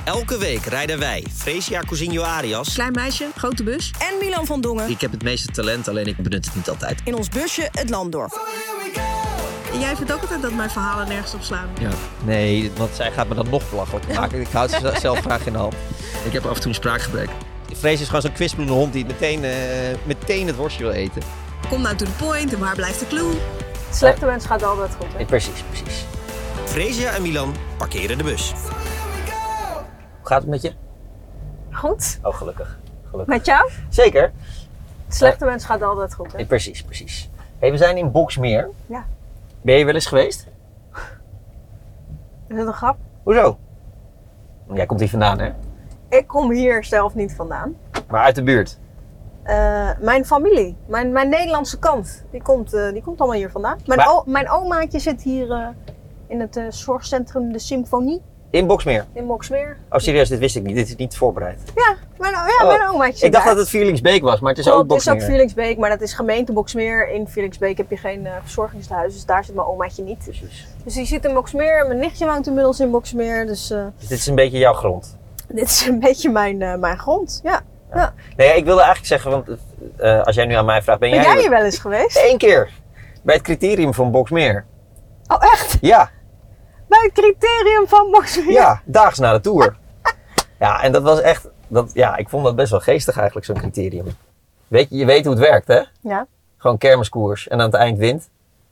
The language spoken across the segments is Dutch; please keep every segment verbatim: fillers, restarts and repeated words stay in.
Elke week rijden wij, Fresia Cousinho Arias, klein meisje, grote bus, en Milan van Dongen. Ik heb het meeste talent, alleen ik benut het niet altijd. In ons busje het land door. En jij vindt ook altijd dat mijn verhalen nergens op slaan. Ja. Nee, want zij gaat me dan nog belachelijk maken. Ik houd ze zelf graag in de hand. Ik heb af en toe een spraakgebrek. Fresia is gewoon zo'n kwispelende hond die meteen, uh, meteen het worstje wil eten. Kom nou to the point en waar blijft de clue? Slechte mens gaat altijd goed, hè? Ja, precies, precies. Fresia en Milan parkeren de bus. Hoe gaat het met je? Goed. Oh, gelukkig. gelukkig. Met jou? Zeker. Slechte uh, mens gaat altijd goed, hè? Ja, precies, precies. Hey, we zijn in Boxmeer. Ja. Ben je wel eens geweest? Is dat een grap? Hoezo? Jij komt hier vandaan, hè? Ik kom hier zelf niet vandaan. Maar uit de buurt? Uh, mijn familie, mijn, mijn Nederlandse kant, die komt, uh, die komt allemaal hier vandaan. Mijn, maar... o- mijn omaatje zit hier uh, in het uh, zorgcentrum De Symfonie. In Boxmeer? In Boxmeer. Oh serieus, dit wist ik niet. Dit is niet voorbereid. Ja, mijn, ja, oh. mijn omaatje zit Ik dacht daar. dat het Vierlingsbeek was, maar het is Klopt, ook Boxmeer. Het is ook Vierlingsbeek, maar dat is gemeente Boxmeer. In Vierlingsbeek heb je geen uh, verzorgingstehuis, dus daar zit mijn omaatje niet. Precies. Dus die zit in Boxmeer, mijn nichtje woont inmiddels in Boxmeer. Dus, uh, dus dit is een beetje jouw grond? Dit is een beetje mijn, uh, mijn grond, ja. Ja. Ja. Nee, ik wilde eigenlijk zeggen, want uh, als jij nu aan mij vraagt, ben, ben jij... jij hier wel eens geweest? Eén keer. Bij het criterium van Boxmeer. Oh, echt? Ja. Bij het criterium van Boxmeer? Ja, daags na de tour. Ja, en dat was echt, dat, ja, ik vond dat best wel geestig eigenlijk, zo'n criterium. Weet je, je weet hoe het werkt, hè? Ja. Gewoon kermiskoers en aan het eind wint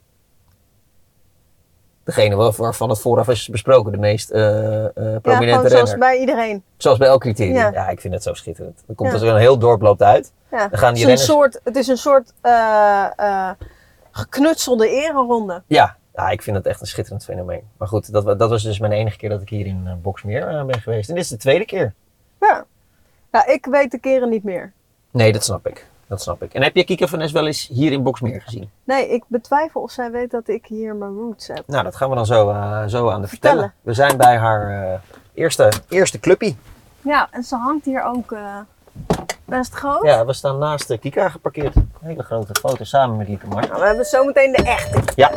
degene waarvan het vooraf is besproken, de meest uh, uh, prominente ja, renner. zoals bij iedereen. Zoals bij elk criterium. Ja, ja ik vind het zo schitterend. Dan komt ja. er zo'n heel dorp loopt uit. Ja. Dan gaan die het, is renners... een soort, het is een soort uh, uh, geknutselde ereronde. Ja. ja, ik vind het echt een schitterend fenomeen. Maar goed, dat, dat was dus mijn enige keer dat ik hier in uh, Boxmeer uh, ben geweest. En dit is de tweede keer. Ja. ja, ik weet de keren niet meer. Nee, dat snap ik. Dat snap ik. En heb je Kika van Nes wel eens hier in Boxmeer gezien? Nee, ik betwijfel of zij weet dat ik hier mijn roots heb. Nou, dat gaan we dan zo, uh, zo aan de vertellen. vertellen. We zijn bij haar uh, eerste, eerste clubpie. Ja, en ze hangt hier ook uh, best groot. Ja, we staan naast de Kika geparkeerd. Een hele grote foto samen met Lieke Mart. Nou, we hebben zometeen de echte. Ja.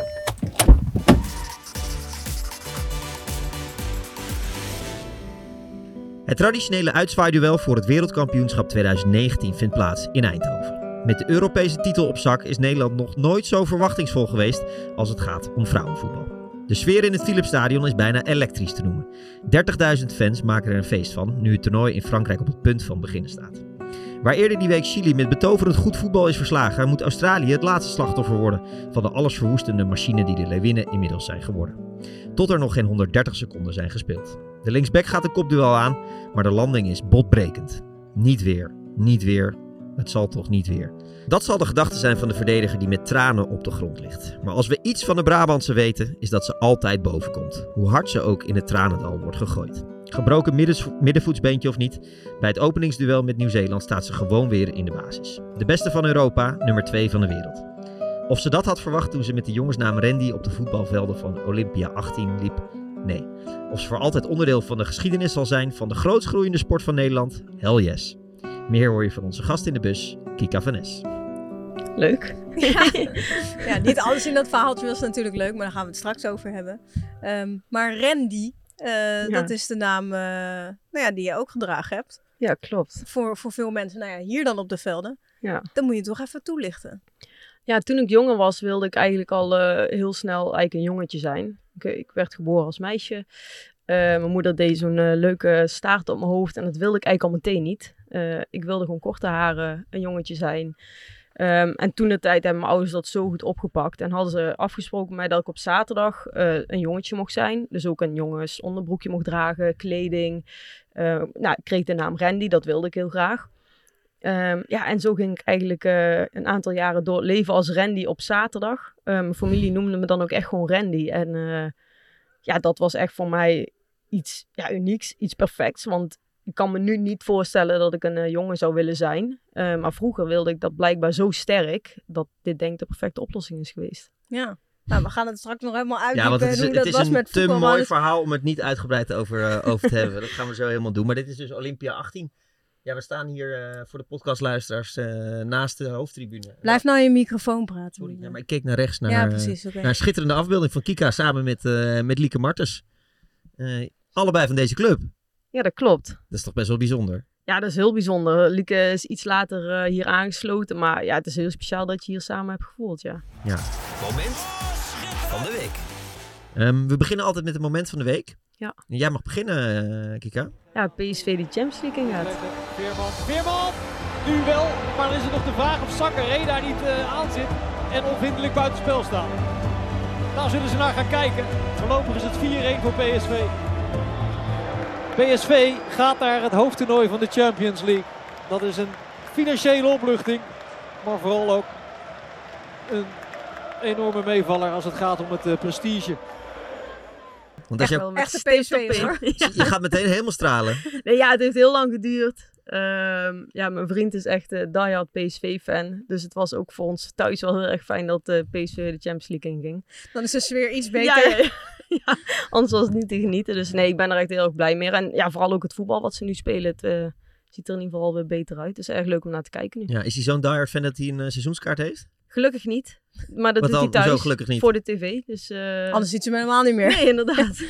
Het traditionele uitzwaaiduel voor het wereldkampioenschap twintig negentien vindt plaats in Eindhoven. Met de Europese titel op zak is Nederland nog nooit zo verwachtingsvol geweest als het gaat om vrouwenvoetbal. De sfeer in het Philipsstadion is bijna elektrisch te noemen. dertigduizend fans maken er een feest van, nu het toernooi in Frankrijk op het punt van beginnen staat. Waar eerder die week Chili met betoverend goed voetbal is verslagen, moet Australië het laatste slachtoffer worden van de allesverwoestende machine die de Leeuwinnen inmiddels zijn geworden. Tot er nog geen honderddertig seconden zijn gespeeld. De linksback gaat een kopduel aan, maar de landing is botbrekend. Niet weer, niet weer, het zal toch niet weer. Dat zal de gedachte zijn van de verdediger die met tranen op de grond ligt. Maar als we iets van de Brabantse weten, is dat ze altijd boven komt. Hoe hard ze ook in het tranendal wordt gegooid. Gebroken middenvoetsbeentje of niet, bij het openingsduel met Nieuw-Zeeland staat ze gewoon weer in de basis. De beste van Europa, nummer twee van de wereld. Of ze dat had verwacht toen ze met de jongensnaam Randy op de voetbalvelden van Olympia achttien liep? Nee. Of ze voor altijd onderdeel van de geschiedenis zal zijn van de grootst groeiende sport van Nederland? Hell yes. Meer hoor je van onze gast in de bus, Kika van Nes. Leuk. Ja. ja, niet alles in dat verhaaltje was natuurlijk leuk, maar daar gaan we het straks over hebben. Um, maar Randy, uh, ja. dat is de naam uh, nou ja, die je ook gedragen hebt. Ja, klopt. Voor, voor veel mensen, nou ja, hier dan op de velden. Ja. Dan moet je toch even toelichten. Ja, toen ik jonger was wilde ik eigenlijk al uh, heel snel eigenlijk een jongetje zijn. Ik, ik werd geboren als meisje. Uh, mijn moeder deed zo'n uh, leuke staart op mijn hoofd en dat wilde ik eigenlijk al meteen niet. Uh, ik wilde gewoon korte haren, een jongetje zijn. Um, en toen de tijd hebben mijn ouders dat zo goed opgepakt. En hadden ze afgesproken met mij dat ik op zaterdag uh, een jongetje mocht zijn. Dus ook een jongens onderbroekje mocht dragen, kleding. Uh, nou, ik kreeg de naam Randy, dat wilde ik heel graag. Um, ja, en zo ging ik eigenlijk uh, een aantal jaren door het leven als Randy op zaterdag. Uh, mijn familie noemde me dan ook echt gewoon Randy. En uh, ja, dat was echt voor mij iets ja, unieks, iets perfects. Want ik kan me nu niet voorstellen dat ik een uh, jongen zou willen zijn. Uh, maar vroeger wilde ik dat blijkbaar zo sterk, dat dit denk ik de perfecte oplossing is geweest. Ja. Nou, we gaan het straks nog helemaal uitdiepen. Ja, want het is, hoe het dat is was een met te voetbal, mooi het... verhaal om het niet uitgebreid over, uh, over te hebben. Dat gaan we zo helemaal doen. Maar dit is dus Olympia achttien. Ja, we staan hier uh, voor de podcastluisteraars uh, naast de hoofdtribune. Blijf nou in je microfoon praten. Sorry, ja, maar ik keek naar rechts naar, ja, precies, okay. naar een schitterende afbeelding van Kika samen met, uh, met Lieke Martens. Uh, allebei van deze club. Ja, dat klopt. Dat is toch best wel bijzonder? Ja, dat is heel bijzonder. Lieke is iets later uh, hier aangesloten. Maar ja, het is heel speciaal dat je hier samen hebt gevoeld, ja. Ja. Moment van de week. Um, we beginnen altijd met het moment van de week. Ja. Jij mag beginnen, uh, Kika. Ja, P S V die Champions League ingaat. Veerman, Veerman! Nu wel, maar dan is het nog de vraag of Sangaré daar niet uh, aan zit en onvindelijk buitenspel staat. Daar zullen ze naar gaan kijken. Voorlopig is het vier-een voor P S V. P S V gaat naar het hoofdtoernooi van de Champions League. Dat is een financiële opluchting, maar vooral ook een enorme meevaller als het gaat om het uh, prestige. Want als echt je wel met Echte steeds P S V, op hoor. één. Ja. Je gaat meteen helemaal stralen. Nee, ja, het heeft heel lang geduurd. Um, ja, mijn vriend is echt uh, diehard P S V-fan. Dus het was ook voor ons thuis wel heel erg fijn dat uh, P S V de Champions League inging. Dan is de sfeer iets Ja, beter. ja, ja. Ja, anders was het niet te genieten. Dus nee, ik ben er echt heel erg blij mee. En ja, vooral ook het voetbal wat ze nu spelen. Het uh, ziet er in ieder geval weer beter uit. Het is erg leuk om naar te kijken nu. Ja, is hij zo'n diehard fan dat hij een uh, seizoenskaart heeft? Gelukkig niet. Maar dat Wat doet dan? hij thuis Hoezo gelukkig niet? voor de tv. Dus, uh... Anders ziet ze me helemaal niet meer. Nee, inderdaad.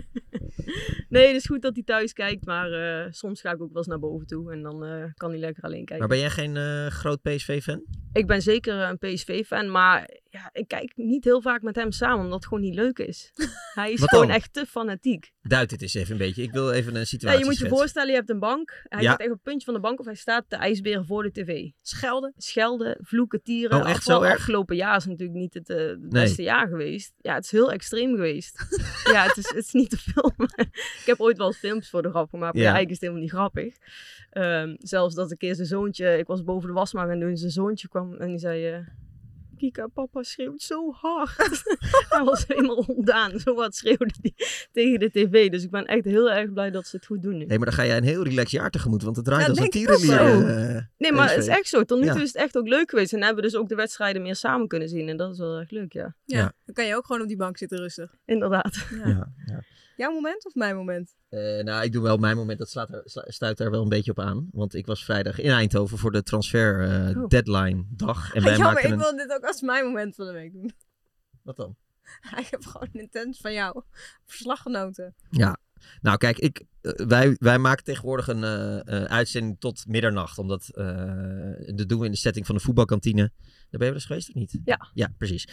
Nee, het is goed dat hij thuis kijkt. Maar uh, soms ga ik ook wel eens naar boven toe. En dan uh, kan hij lekker alleen kijken. Maar ben jij geen uh, groot P S V-fan? Ik ben zeker een P S V-fan. Maar ja, ik kijk niet heel vaak met hem samen. Omdat het gewoon niet leuk is. Hij is Wat gewoon dan? echt te fanatiek. Duid dit eens even een beetje. Ik wil even een Ja, situatie je moet je schetsen. voorstellen, je hebt een bank. Hij Ja. staat echt op het puntje van de bank. Of hij staat te ijsberen voor de tv. Schelden. Schelden, vloeken, tieren. Oh, echt Afval. zo erg? Afgelopen jaar is natuurlijk niet het, uh, het Nee. beste jaar geweest. Ja, het is heel extreem geweest. Ja, het is, het is niet te filmen. Ik heb ooit wel eens filmpjes voor de grap gemaakt. Maar Ja. ja, eigenlijk is het helemaal niet grappig. Um, zelfs dat een keer zijn zoontje... Ik was boven de wasmachine gaan doen. Zijn zoontje kwam en die zei... Uh, Kika, papa schreeuwt zo hard. Hij was helemaal ontdaan. Zo hard schreeuwde hij tegen de tv. Dus ik ben echt heel erg blij dat ze het goed doen nu. Nee, maar dan ga jij een heel relaxed jaar tegemoet. Want het draait Ja, als een denk ik ook tierenlier. zo. Uh, Nee, maar P S V. het is echt zo. Tot nu toe Ja. is het echt ook leuk geweest. En hebben we dus ook de wedstrijden meer samen kunnen zien. En dat is wel erg leuk, ja. Ja. Ja. Dan kan je ook gewoon op die bank zitten rustig. Inderdaad. Ja. Ja, ja. Jouw moment of mijn moment? Uh, nou, ik doe wel mijn moment. Dat slaat er, slu- stuit daar wel een beetje op aan. Want ik was vrijdag in Eindhoven voor de transfer uh, Oh. deadline dag. En Ah, wij jammer, maken ik een... wil dit ook als mijn moment van de week doen. Wat dan? Ik heb gewoon intens van jou verslag genoten. Ja, nou kijk, ik, uh, wij, wij maken tegenwoordig een uh, uh, uitzending tot middernacht. Omdat, uh, dat doen we in de setting van de voetbalkantine. Daar ben je wel eens geweest of niet? Ja. Ja, precies.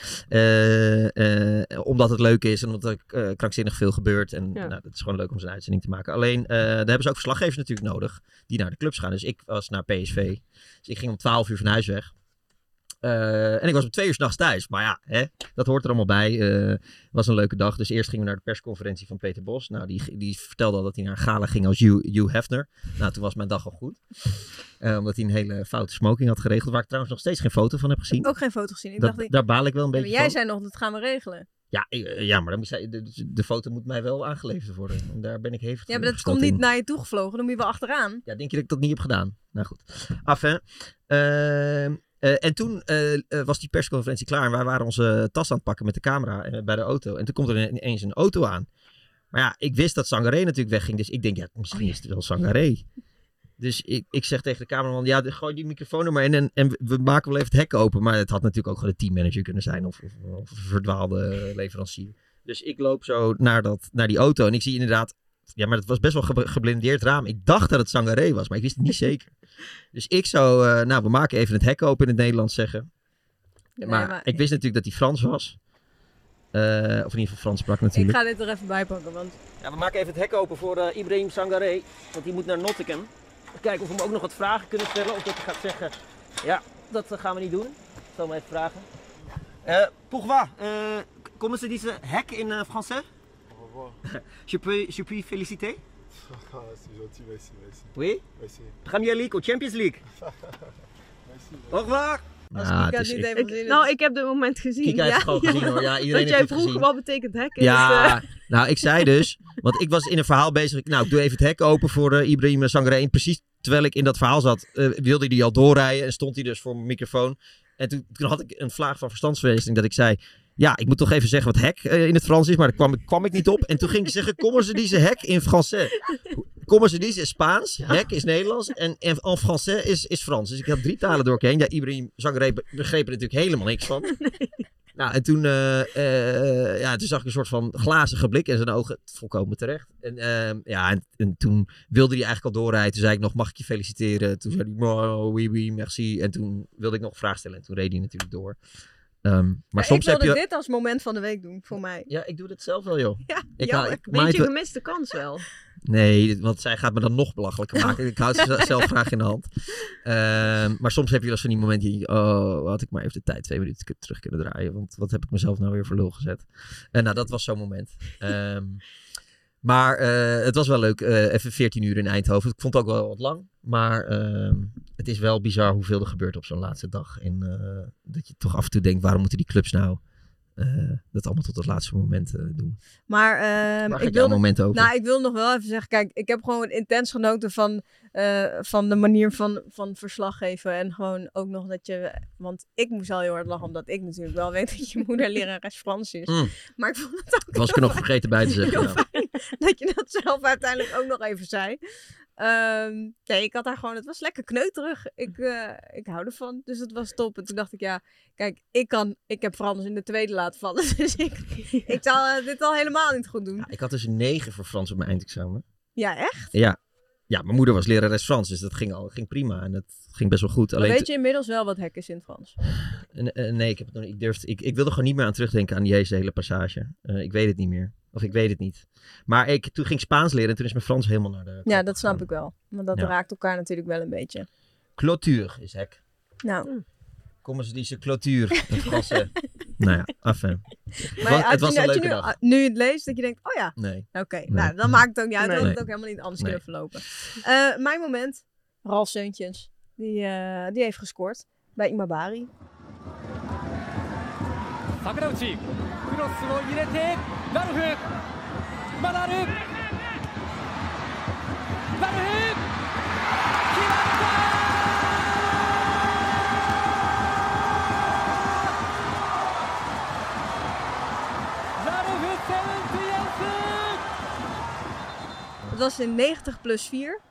Uh, uh, omdat het leuk is en omdat er uh, krankzinnig veel gebeurt. En Ja. nou, het is gewoon leuk om zo'n uitzending te maken. Alleen, uh, daar hebben ze ook verslaggevers natuurlijk nodig die naar de clubs gaan. Dus ik was naar P S V. Dus ik ging om twaalf uur van huis weg. Uh, en ik was om twee uur 's nachts thuis. Maar ja, hè, dat hoort er allemaal bij. Het uh, was een leuke dag. Dus eerst gingen we naar de persconferentie van Peter Bos. Nou, die, die vertelde al dat hij naar een gala ging als Hugh, Hugh Hefner. Nou, toen was mijn dag al goed. Uh, omdat hij een hele foute smoking had geregeld. Waar ik trouwens nog steeds geen foto van heb gezien. Ook geen foto gezien. Ik dat, dacht, ik, daar baal ik wel een ja, beetje maar jij van. zei nog, dat gaan we regelen. Ja, uh, ja, maar dan moet zij, de, de foto moet mij wel aangeleverd worden. En daar ben ik hevig Ja, maar dat gesteld komt niet in. naar je toegevlogen. Dan moet je wel achteraan. Ja, denk je dat ik dat niet heb gedaan? Nou goed. Af, hè. Uh, Uh, en toen uh, uh, was die persconferentie klaar en wij waren onze tas aan het pakken met de camera uh, bij de auto. En toen komt er ineens een auto aan. Maar ja, ik wist dat Sangaré natuurlijk wegging, dus ik denk, ja, misschien is het wel Sangaré. Dus ik, ik zeg tegen de cameraman, ja, gooi die microfoon er maar in en, en we maken wel even het hek open. Maar het had natuurlijk ook gewoon de teammanager kunnen zijn of, of, of een verdwaalde leverancier. Dus ik loop zo naar, dat, naar die auto en ik zie inderdaad, ja, maar het was best wel ge- geblindeerd raam. Ik dacht dat het Sangaré was, maar ik wist het niet zeker. Dus ik zou, uh, nou, we maken even het hek open in het Nederlands zeggen. Nee, maar, maar- ik wist natuurlijk dat hij Frans was. Uh, of in ieder geval Frans sprak Ik natuurlijk. ga dit er even bij pakken. Want Ja, we maken even het hek open voor uh, Ibrahim Sangaré. Want die moet naar Nottingham. Kijken of we hem ook nog wat vragen kunnen stellen. Of dat hij gaat zeggen, ja, dat uh, gaan we niet doen. Ik zal hem even vragen. Uh, pourquoi? Uh, comment se dit ce hek in uh, français? Je peux, je puis féliciter? Ah, c'est gentil, merci, merci. Oui? merci. Premier League of Champions League? merci. Au revoir! als Ja, Kika het het is- niet ik- heeft Ik, gezien... nou, het- ik heb dit moment gezien. Kika heeft het gewoon gezien hoor. Ja, iedereen dat jij heeft het vroeg, gezien. wat betekent hek? is Ja, het, uh, nou ik zei dus, want ik was in een verhaal bezig. Nou, ik doe even het hek open voor uh, Ibrahim Sangaré. En precies terwijl ik in dat verhaal zat, uh, wilde hij al doorrijden en stond hij dus voor mijn microfoon. En toen, toen had ik een vlaag van verstandsverwisseling dat ik zei, ja, ik moet toch even zeggen wat hek uh, in het Frans is, maar daar kwam, ik- kwam ik niet op. En toen ging ik zeggen, comment se dit hek in Français? Comment se dit is Spaans, hek is Nederlands en, en en Français is, is Frans. Dus ik had drie talen door elkaar heen. Ja, Ibrahim Sangaré be- begreep er natuurlijk helemaal niks van. Nou, en toen, uh, uh, ja, toen zag ik een soort van glazige blik in zijn ogen. Volkomen terecht. En, uh, ja, en, en toen wilde hij eigenlijk al doorrijden. Toen zei ik nog, mag ik je feliciteren? Toen zei hij, oh, oui, oui, merci. En toen wilde ik nog een vraag stellen. En toen reed hij natuurlijk door. Um, maar ja, soms ik wilde heb je... dit als moment van de week doen, voor mij. Ja, ik doe dit zelf wel, joh. Ja, ik jammer. ik Beetje maait... een gemiste kans wel. Nee, want zij gaat me dan nog belachelijker maken. Ik houd ze zelf graag in de hand. Um, maar soms heb je wel eens van die momenten... Oh, had ik maar even de tijd twee minuten terug kunnen draaien. Want wat heb ik mezelf nou weer voor lul gezet? En nou, dat was zo'n moment. Um, maar uh, het was wel leuk. Uh, even veertien uur in Eindhoven. Ik vond het ook wel wat lang. Maar uh, het is wel bizar hoeveel er gebeurt op zo'n laatste dag. En uh, dat je toch af en toe denkt... Waarom moeten die clubs nou... Uh, dat allemaal tot het laatste moment uh, doen. Maar, uh, Waar ik wil moment over? Nou, ik wil nog wel even zeggen, kijk, ik heb gewoon intens genoten van, uh, van de manier van, van verslag geven. En gewoon ook nog dat je, want ik moest al heel hard lachen, omdat ik natuurlijk wel weet dat je moeder lerares Frans is. Mm. Maar ik vond het ook Dat was ik er nog vergeten bij te zeggen. heel Ja. fijn dat je dat zelf uiteindelijk ook nog even zei. Um, nee, ik had daar gewoon, het was lekker kneuterig. Ik, uh, ik hou ervan, dus het was top. En toen dacht ik, ja, kijk, ik kan, ik heb Frans in de tweede laten vallen. Dus ik, ik zal uh, dit al helemaal niet goed doen. Ja, ik had dus een negen voor Frans op mijn eindexamen. Ja, echt? Ja. Ja, mijn moeder was lerares Frans, dus dat ging al ging prima en dat ging best wel goed. Alleen weet je inmiddels wel wat hek is in het Frans? Uh, nee, ik, heb het nog, ik, durfde, ik, ik wilde gewoon niet meer aan terugdenken aan die deze hele passage. Uh, ik weet het niet meer. Of ik weet het niet. Maar ik, toen ging ik Spaans leren en toen is mijn Frans helemaal naar de... Ja, dat snap gegaan. Ik wel. Want dat ja. raakt elkaar natuurlijk wel een beetje. Clôture is hek. Nou. Kom eens deze clôture in Franse. Nou ja, enfin. Maar was, het was je, een leuke nu, dag. Nu je het leest, dat je denkt, oh ja. Nee. Oké, okay. nee. nou, dan maakt het ook niet uit. Nee. Dat nee. het ook helemaal niet anders nee. kunnen verlopen. Uh, mijn moment, Ralf Seuntjens. Die, uh, die heeft gescoord bij Imabari. Sakuruchi, crossを入れて、ラルフ、まだある。ラルフ、決まったー！ラルフセブンティエンス。 Het was in negentig plus vier.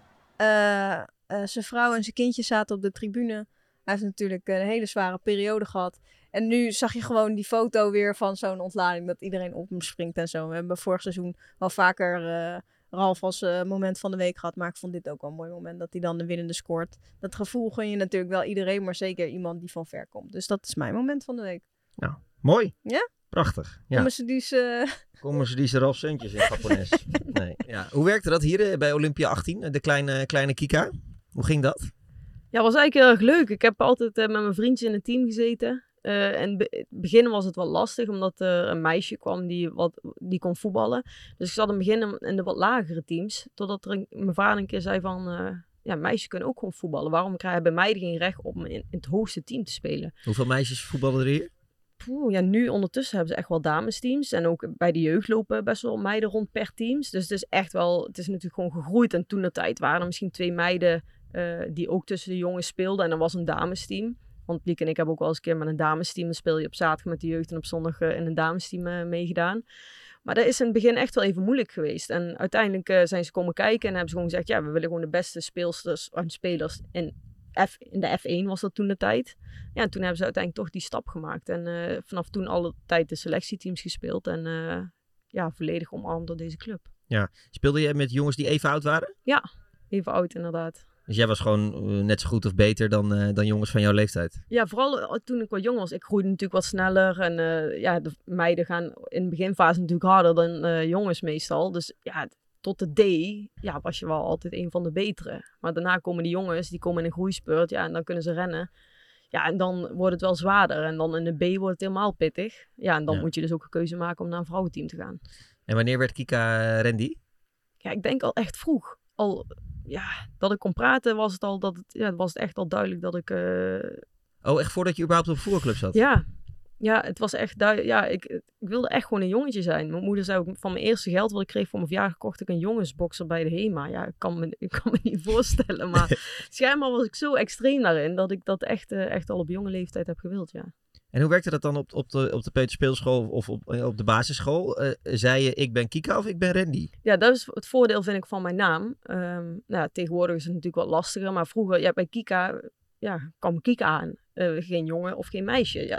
Uh, uh, zijn vrouw en zijn kindje zaten op de tribune. Hij heeft natuurlijk een hele zware periode gehad. En nu zag je gewoon die foto weer van zo'n ontlading. Dat iedereen op hem springt en zo. We hebben vorig seizoen wel vaker uh, Ralf als uh, moment van de week gehad. Maar ik vond dit ook wel een mooi moment. Dat hij dan de winnende scoort. Dat gevoel gun je natuurlijk wel iedereen. Maar zeker iemand die van ver komt. Dus dat is mijn moment van de week. Nou, mooi. Ja? Prachtig. Ja. Komen ze dus... Uh... Komen ze die Ralf Seuntjens in Japones. Nee. Ja. Hoe werkte dat hier bij Olympia achttien? De kleine, kleine Kika? Hoe ging dat? Ja, was eigenlijk heel erg leuk. Ik heb altijd uh, met mijn vriendjes in een team gezeten. Uh, en be- in het begin was het wel lastig, omdat er een meisje kwam die, wat, die kon voetballen. Dus ik zat in het begin in de wat lagere teams. Totdat er een, mijn vader een keer zei van... Uh, ja, meisjes kunnen ook gewoon voetballen. Waarom krijgen meiden geen recht om in, in het hoogste team te spelen? Hoeveel meisjes voetballen er hier? Poeh, ja, nu ondertussen hebben ze echt wel damesteams. En ook bij de jeugd lopen best wel meiden rond per teams. Dus het is echt wel... Het is natuurlijk gewoon gegroeid. En toen de tijd waren er misschien twee meiden... Uh, die ook tussen de jongens speelden. En dan was een damesteam. Want Lieke en ik hebben ook wel eens een keer met een damesteam. Dan speel je op zaterdag met de jeugd en op zondag uh, in een damesteam uh, meegedaan. Maar dat is in het begin echt wel even moeilijk geweest. En uiteindelijk uh, zijn ze komen kijken en hebben ze gewoon gezegd... ja, we willen gewoon de beste speelsters en spelers in, F, in de F één was dat toen de tijd. Ja, en toen hebben ze uiteindelijk toch die stap gemaakt. En uh, vanaf toen alle tijd de selectieteams gespeeld. En uh, ja, volledig omarmd door deze club. Ja, speelde je met jongens die even oud waren? Ja, even oud inderdaad. Dus jij was gewoon uh, net zo goed of beter dan, uh, dan jongens van jouw leeftijd? Ja, vooral toen ik wat jong was. Ik groeide natuurlijk wat sneller. En uh, ja, de meiden gaan in de beginfase natuurlijk harder dan uh, jongens meestal. Dus ja, tot de D ja, was je wel altijd een van de betere. Maar daarna komen die jongens, die komen in een groeispurt. Ja, en dan kunnen ze rennen. Ja, en dan wordt het wel zwaarder. En dan in de B wordt het helemaal pittig. Ja, en dan ja. moet je dus ook een keuze maken om naar een vrouwenteam te gaan. En wanneer werd Kika Randy? Ja, ik denk al echt vroeg. Al... Ja, dat ik kon praten was het al, dat het, ja, was het echt al duidelijk dat ik... Uh... Oh, echt voordat je überhaupt op een voetbalclub zat? Ja, ja, het was echt duidelijk. Ja, ik, ik wilde echt gewoon een jongetje zijn. Mijn moeder zei ook, van mijn eerste geld wat ik kreeg voor mijn verjaardag kocht ik een jongensboxer bij de HEMA. Ja, ik kan me, ik kan me niet voorstellen, maar schijnbaar was ik zo extreem daarin dat ik dat echt, uh, echt al op jonge leeftijd heb gewild, ja. En hoe werkte dat dan op, op de, op de peuterspeelschool of op, op de basisschool? Uh, zei je ik ben Kika of ik ben Randy? Ja, dat is het voordeel vind ik van mijn naam. Um, nou, tegenwoordig is het natuurlijk wat lastiger. Maar vroeger, ja, bij Kika, ja, kwam Kika aan. Uh, geen jongen of geen meisje. Ja, uh,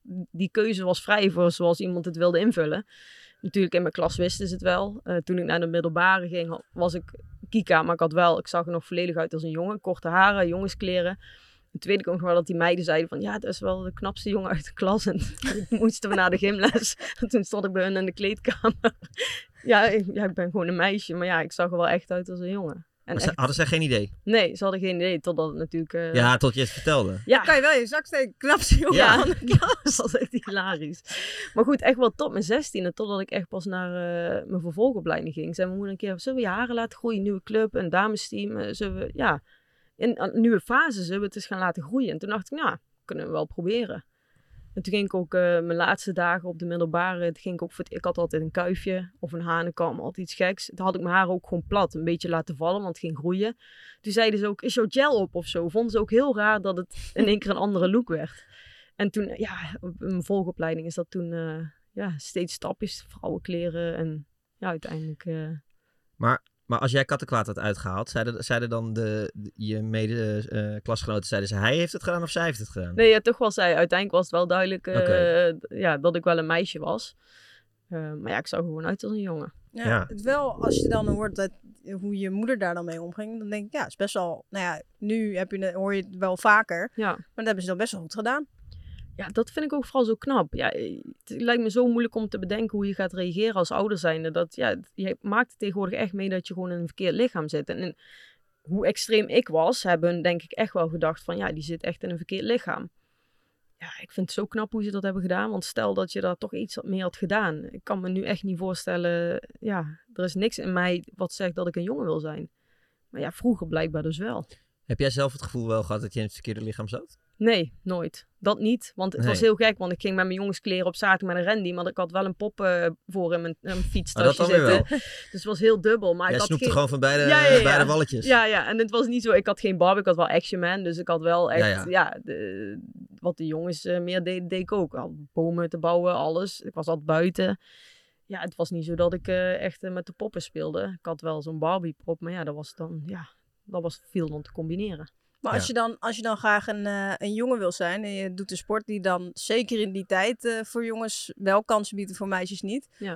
die keuze was vrij voor zoals iemand het wilde invullen. Natuurlijk in mijn klas wisten ze het wel. Uh, toen ik naar de middelbare ging, was ik Kika, maar ik had wel, ik zag er nog volledig uit als een jongen. Korte haren, jongenskleren. En toen weet ik ook nog wel dat die meiden zeiden van, ja, dat is wel de knapste jongen uit de klas. En toen moesten we naar de gymles. En toen stond ik bij hun in de kleedkamer. ja, ik, ja, ik ben gewoon een meisje, maar ja, ik zag er wel echt uit als een jongen. En maar ze, echt... hadden zij geen idee? Nee, ze hadden geen idee, totdat het natuurlijk... Uh... Ja, tot je het vertelde. Ja. Dan kan je wel je zak steken, knapste jongen. Ja, ja, dat was echt hilarisch. Maar goed, echt wel tot mijn zestiende, totdat ik echt pas naar uh, mijn vervolgopleiding ging. Zei mijn moeder een keer, zullen we je haren laten groeien, nieuwe club, een damesteam, uh, zullen we, ja, in een nieuwe fase zullen we het eens gaan laten groeien. En toen dacht ik, nou, kunnen we wel proberen. En toen ging ik ook uh, mijn laatste dagen op de middelbare, ging ik ook voor het, ik had altijd een kuifje of een hanenkam, altijd iets geks. Toen had ik mijn haar ook gewoon plat, een beetje laten vallen, want het ging groeien. Toen zeiden ze ook, is jouw gel op of zo? Vonden ze ook heel raar dat het in één keer een andere look werd. En toen, ja, in mijn volgopleiding is dat toen uh, ja, steeds stapjes, vrouwenkleren en ja, uiteindelijk... Uh... Maar, maar als jij kattenkwaad had uitgehaald, zeiden, zeiden dan de, de, je mede-klasgenoten, uh, zeiden ze hij heeft het gedaan of zij heeft het gedaan? Nee, ja, toch wel zij. Uiteindelijk was het wel duidelijk uh, okay. ja, dat ik wel een meisje was. Uh, maar ja, ik zag er gewoon uit als een jongen. Ja, ja. Het wel, als je dan hoort dat, hoe je moeder daar dan mee omging, dan denk ik, ja, het is best wel, nou ja, nu heb je, hoor je het wel vaker, ja. maar dat hebben ze dan best wel goed gedaan. Ja, dat vind ik ook vooral zo knap. Ja, het lijkt me zo moeilijk om te bedenken hoe je gaat reageren als ouder zijnde. Dat, ja, je maakt het tegenwoordig echt mee dat je gewoon in een verkeerd lichaam zit. En, en hoe extreem ik was, hebben denk ik echt wel gedacht van, ja, die zit echt in een verkeerd lichaam. Ja, ik vind het zo knap hoe ze dat hebben gedaan. Want stel dat je daar toch iets mee had gedaan. Ik kan me nu echt niet voorstellen, ja, er is niks in mij wat zegt dat ik een jongen wil zijn. Maar ja, vroeger blijkbaar dus wel. Heb jij zelf het gevoel wel gehad dat je in het verkeerde lichaam zat? Nee, nooit. Dat niet. Want het nee. was heel gek. Want ik ging met mijn jongenskleren op zaterdag met een Randy. Maar ik had wel een pop uh, voor in mijn, in mijn fietstasje oh, zitten. Dus het was heel dubbel. Maar jij ik had snoepte geen... gewoon van beide, ja, ja, ja. beide walletjes. Ja, ja. En het was niet zo... Ik had geen Barbie. Ik had wel Action Man. Dus ik had wel echt... Ja, ja. ja de, wat de jongens uh, meer deden, deed ik ook. Ik had bomen te bouwen, alles. Ik was altijd buiten. Ja, het was niet zo dat ik uh, echt uh, met de poppen speelde. Ik had wel zo'n Barbie prop. Maar ja, dat was dan... Ja, dat was veel dan te combineren. Maar als, ja. je dan, als je dan graag een, uh, een jongen wil zijn en je doet een sport die dan zeker in die tijd uh, voor jongens wel kansen biedt, voor meisjes niet. Ja.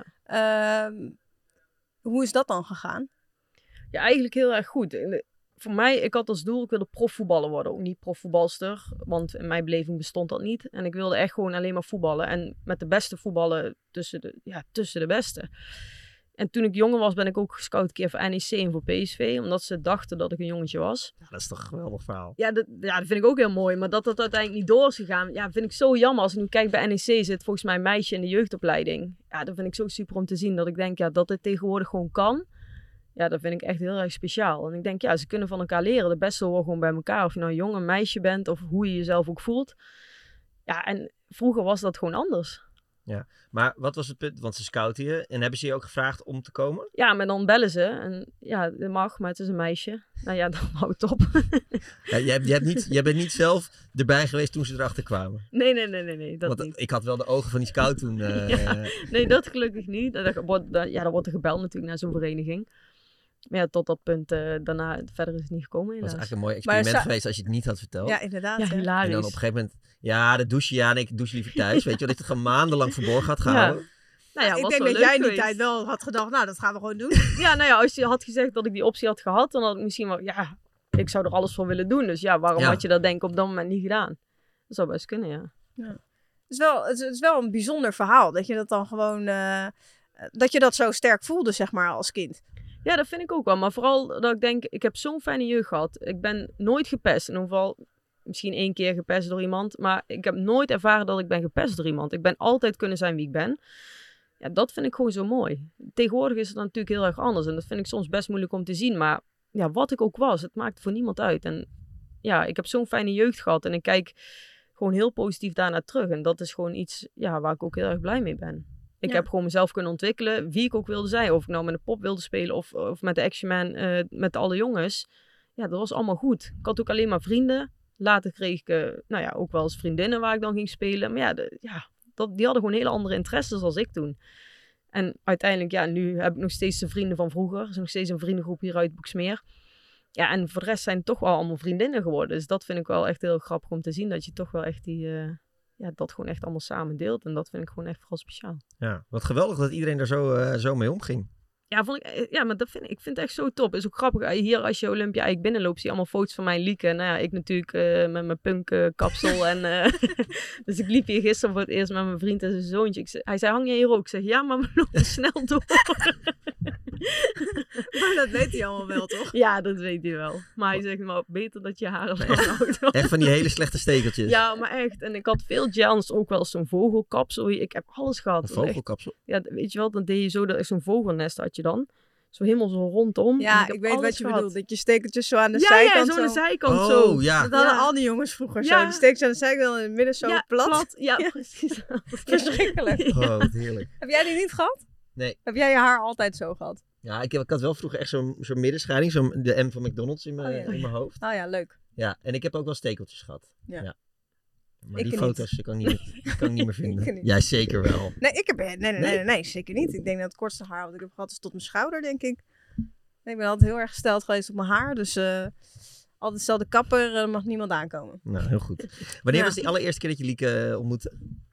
Uh, hoe is dat dan gegaan? Ja, eigenlijk heel erg goed. Voor mij, ik had als doel, ik wilde profvoetballer worden. Ook niet profvoetbalster, want in mijn beleving bestond dat niet. En ik wilde echt gewoon alleen maar voetballen. En met de beste voetballen tussen de, ja, tussen de beste. En toen ik jonger was, ben ik ook gescout een keer voor N E C en voor P S V. Omdat ze dachten dat ik een jongetje was. Ja, dat is toch een geweldig verhaal. Ja dat, ja, dat vind ik ook heel mooi. Maar dat dat uiteindelijk niet door is gegaan, ja, vind ik zo jammer. Als ik nu kijk bij N E C zit volgens mij een meisje in de jeugdopleiding. Ja, dat vind ik zo super om te zien. Dat ik denk, ja, dat het tegenwoordig gewoon kan. Ja, dat vind ik echt heel erg speciaal. En ik denk, ja, ze kunnen van elkaar leren. De beste horen gewoon bij elkaar. Of je nou een jong, een meisje bent of hoe je jezelf ook voelt. Ja, en vroeger was dat gewoon anders. Ja, maar wat was het punt? Want ze scouten je. En hebben ze je ook gevraagd om te komen? Ja, maar dan bellen ze. En ja, dat mag, maar het is een meisje. Nou ja, dan houdt het op. Ja, jij, jij, hebt niet, jij bent niet zelf erbij geweest toen ze erachter kwamen? Nee, nee, nee, nee. nee dat Want niet. ik had wel de ogen van die scout toen. Uh... ja, nee, dat gelukkig niet. Dat wordt, ja, dan wordt er gebeld natuurlijk naar zo'n vereniging. Maar ja, tot dat punt uh, daarna, verder is het niet gekomen helaas. Dat was eigenlijk een mooi experiment sa- geweest als je het niet had verteld. Ja, inderdaad. Ja, hè. hilarisch. En dan op een gegeven moment, ja, de douche, ja, nee, ik douche liever thuis. Weet je wel, dat je het gewoon maandenlang verborgen had gehouden. Ja. Nou ja, ik was denk wel dat leuk jij in die geweest. tijd wel had gedacht, nou, dat gaan we gewoon doen. Ja, nou ja, als je had gezegd dat ik die optie had gehad, dan had ik misschien wel, ja, ik zou er alles voor willen doen. Dus ja, waarom Ja. had je dat denk ik op dat moment niet gedaan? Dat zou best kunnen, ja. Ja. Het is wel, het is, het is wel een bijzonder verhaal, dat je dat dan gewoon, uh, dat je dat zo sterk voelde, zeg maar, als kind. Ja, dat vind ik ook wel. Maar vooral dat ik denk, ik heb zo'n fijne jeugd gehad. Ik ben nooit gepest. In ieder geval misschien één keer gepest door iemand. Maar ik heb nooit ervaren dat ik ben gepest door iemand. Ik ben altijd kunnen zijn wie ik ben. Ja, dat vind ik gewoon zo mooi. Tegenwoordig is het natuurlijk heel erg anders. En dat vind ik soms best moeilijk om te zien. Maar ja, wat ik ook was, het maakt voor niemand uit. En ja, ik heb zo'n fijne jeugd gehad. En ik kijk gewoon heel positief daarnaar terug. En dat is gewoon iets ja, waar ik ook heel erg blij mee ben. Ik Ja. heb gewoon mezelf kunnen ontwikkelen, wie ik ook wilde zijn. Of ik nou met een pop wilde spelen of, of met de Action Man, uh, met alle jongens. Ja, dat was allemaal goed. Ik had ook alleen maar vrienden. Later kreeg ik, uh, nou ja, ook wel eens vriendinnen waar ik dan ging spelen. Maar ja, de, ja dat, die hadden gewoon hele andere interesses als ik toen. En uiteindelijk, ja, nu heb ik nog steeds de vrienden van vroeger. Er is nog steeds een vriendengroep hier uit Boeksmeer. Ja, en voor de rest zijn het toch wel allemaal vriendinnen geworden. Dus dat vind ik wel echt heel grappig om te zien. Dat je toch wel echt die, uh, ja, dat gewoon echt allemaal samen deelt. En dat vind ik gewoon echt vooral speciaal. Ja, wat geweldig dat iedereen daar zo, uh, zo mee omging. Ja, vond ik, ja, maar dat vind ik, ik vind het echt zo top. Het is ook grappig. Hier als je Olympia eigenlijk binnenloopt, zie je allemaal foto's van mij lieken. Nou ja, ik natuurlijk uh, met mijn punk uh, kapsel. en, uh, dus ik liep hier gisteren voor het eerst met mijn vriend en zijn zoontje. Ik zei, hij zei, hang je hier ook? Ik zeg, ja, maar we lopen snel door. Maar dat weet hij allemaal wel, toch? Ja, dat weet hij wel. Maar hij zegt, maar beter dat je haren lang houdt. Echt van die hele slechte stekeltjes. Ja, maar echt. En ik had veel gel, dus ook wel zo'n vogelkapsel. Ik heb alles gehad. Een vogelkapsel? Echt, ja, weet je wel, dan deed je zo, dat zo'n vogelnest had je dan. Zo helemaal zo rondom. Ja, ik, ik weet wat je gehad. bedoelt. Dat je stekeltjes zo aan de ja, zijkant Ja, zo aan de zijkant oh, zo. Ja. Dat hadden ja. al die jongens vroeger ja. zo. Die stekeltjes aan de zijkant in het midden zo ja, plat. plat. Ja, ja, precies. Verschrikkelijk. Oh, wat heerlijk. Heb jij die niet gehad? Nee. Heb jij je haar altijd zo gehad? Ja, ik, heb, ik had wel vroeger echt zo'n zo'n middenscheiding. Zo'n de M van McDonald's in mijn, oh, ja. in mijn hoofd. Oh ja, leuk. Ja, en ik heb ook wel stekeltjes gehad. Ja. ja. Maar ik die foto's niet. kan ik niet, kan ik niet meer vinden. niet. Jij zeker wel. Nee, ik heb, nee, nee, nee, nee, nee, zeker niet. Ik denk dat het kortste haar wat ik heb gehad is tot mijn schouder, denk ik. Nee, ik ben altijd heel erg gesteld geweest op mijn haar. Dus uh, altijd dezelfde kapper, er uh, mag niemand aankomen. Nou, heel goed. Wanneer ja. was die allereerste keer dat je Lieke uh, ontmoette?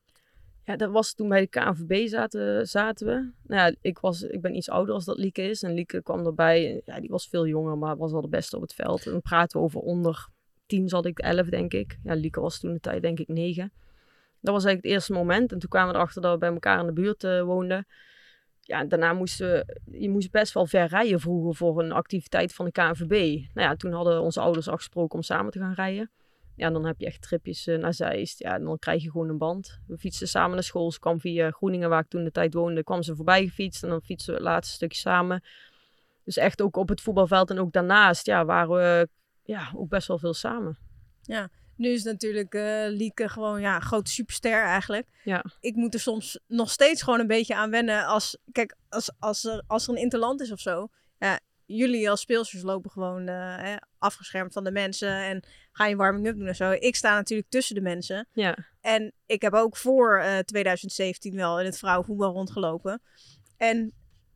Ja, dat was toen bij de K N V B zaten, zaten we. Nou ja, ik, was, ik ben iets ouder als dat Lieke is. En Lieke kwam erbij. Ja, die was veel jonger, maar was al de beste op het veld. En dan praten we over onder tien zat ik elf, denk ik. Ja, Lieke was toen de tijd, denk ik, negen. Dat was eigenlijk het eerste moment. En toen kwamen we erachter dat we bij elkaar in de buurt uh, woonden. Ja, en daarna moesten we... Je moest best wel ver rijden vroeger voor een activiteit van de K N V B. Nou ja, toen hadden onze ouders afgesproken om samen te gaan rijden. Ja, dan heb je echt tripjes uh, naar Zeist. Ja, en dan krijg je gewoon een band. We fietsten samen naar school. Ze kwam via Groeningen, waar ik toen de tijd woonde, kwam ze voorbij gefietst. En dan fietsten we het laatste stukje samen. Dus echt ook op het voetbalveld en ook daarnaast, ja, waren we ja, ook best wel veel samen. Ja, nu is natuurlijk uh, Lieke gewoon ja, een grote superster eigenlijk. Ja. Ik moet er soms nog steeds gewoon een beetje aan wennen. Als, kijk, als, als, er, als er een interland is of zo. Ja, jullie als speelsters lopen gewoon uh, hè, afgeschermd van de mensen. En ga je warming-up doen en zo. Ik sta natuurlijk tussen de mensen. Ja. En ik heb ook voor uh, twintig zeventien wel in het vrouwenvoetbal rondgelopen. En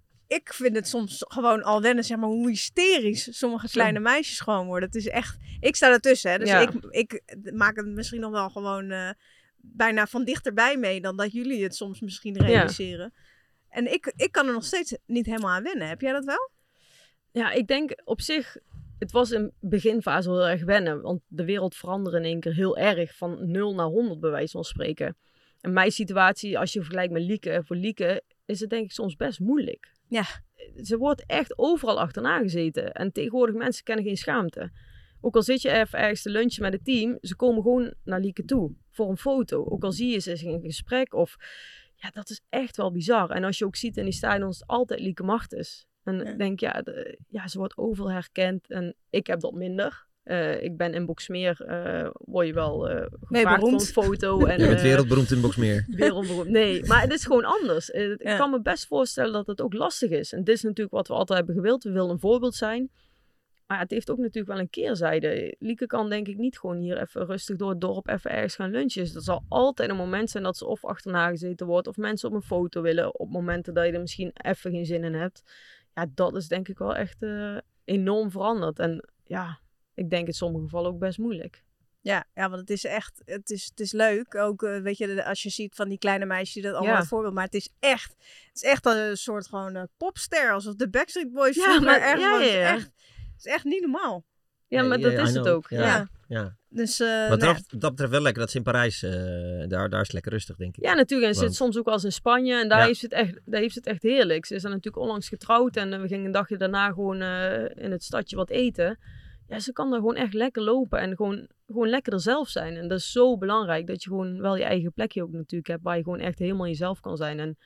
ik vind het soms gewoon al wennen, zeg maar, hoe hysterisch sommige kleine meisjes gewoon worden. Het is echt... Ik sta ertussen, hè. Dus ja. ik, ik maak het misschien nog wel gewoon uh, bijna van dichterbij mee dan dat jullie het soms misschien realiseren. Ja. En ik, ik kan er nog steeds niet helemaal aan wennen. Heb jij dat wel? Ja, ik denk op zich... Het was in beginfase heel erg wennen. Want de wereld veranderde in één keer heel erg. Van nul naar honderd bij wijze van spreken. En mijn situatie, als je vergelijkt met Lieke... Voor Lieke is het denk ik soms best moeilijk. Ja. Ze wordt echt overal achterna gezeten. En tegenwoordig mensen kennen geen schaamte. Ook al zit je even ergens te lunchen met het team... Ze komen gewoon naar Lieke toe. Voor een foto. Ook al zie je ze in een gesprek. Of ja, dat is echt wel bizar. En als je ook ziet in die stadions... is het altijd Lieke Martens. En ja. ik denk, ja, de, ja, ze wordt overal herkend. En ik heb dat minder. Uh, ik ben in Boxmeer, uh, word je wel uh, gevraagd voor een foto. En, je bent uh, wereldberoemd in Boxmeer. Wereldberoemd, nee. Maar het is gewoon anders. Uh, ik ja. kan me best voorstellen dat het ook lastig is. En dit is natuurlijk wat we altijd hebben gewild. We willen een voorbeeld zijn. Maar het heeft ook natuurlijk wel een keerzijde. Lieke kan denk ik niet gewoon hier even rustig door het dorp even ergens gaan lunchen. Dus er zal altijd een moment zijn dat ze of achterna gezeten wordt... of mensen op een foto willen op momenten dat je er misschien even geen zin in hebt. Ja, dat is denk ik wel echt uh, enorm veranderd. En ja, ik denk in sommige gevallen ook best moeilijk. Ja, ja, want het is echt, het is, het is leuk. Ook, uh, weet je, als je ziet van die kleine meisjes die dat allemaal ja. het voorbeeld. Maar het is echt, het is echt een soort gewoon uh, popster. Alsof de Backstreet Boys ja, vroeger maar, echt, ja, ja, ja. Het, is echt, het is echt niet normaal. Ja, maar ja, dat is het ook. Ja. ja. ja. Dus, uh, Wat nou, dat, dat betreft wel lekker dat ze in Parijs, uh, daar, daar is het lekker rustig, denk ik. Ja, natuurlijk. En ze Want... zit soms ook wel eens in Spanje. En daar, ja. heeft, ze het echt, daar heeft ze het echt heerlijk. Ze is dan natuurlijk onlangs getrouwd. En uh, we gingen een dagje daarna gewoon uh, in het stadje wat eten. Ja, ze kan er gewoon echt lekker lopen. En gewoon, gewoon lekker er zelf zijn. En dat is zo belangrijk. Dat je gewoon wel je eigen plekje ook natuurlijk hebt. Waar je gewoon echt helemaal jezelf kan zijn. En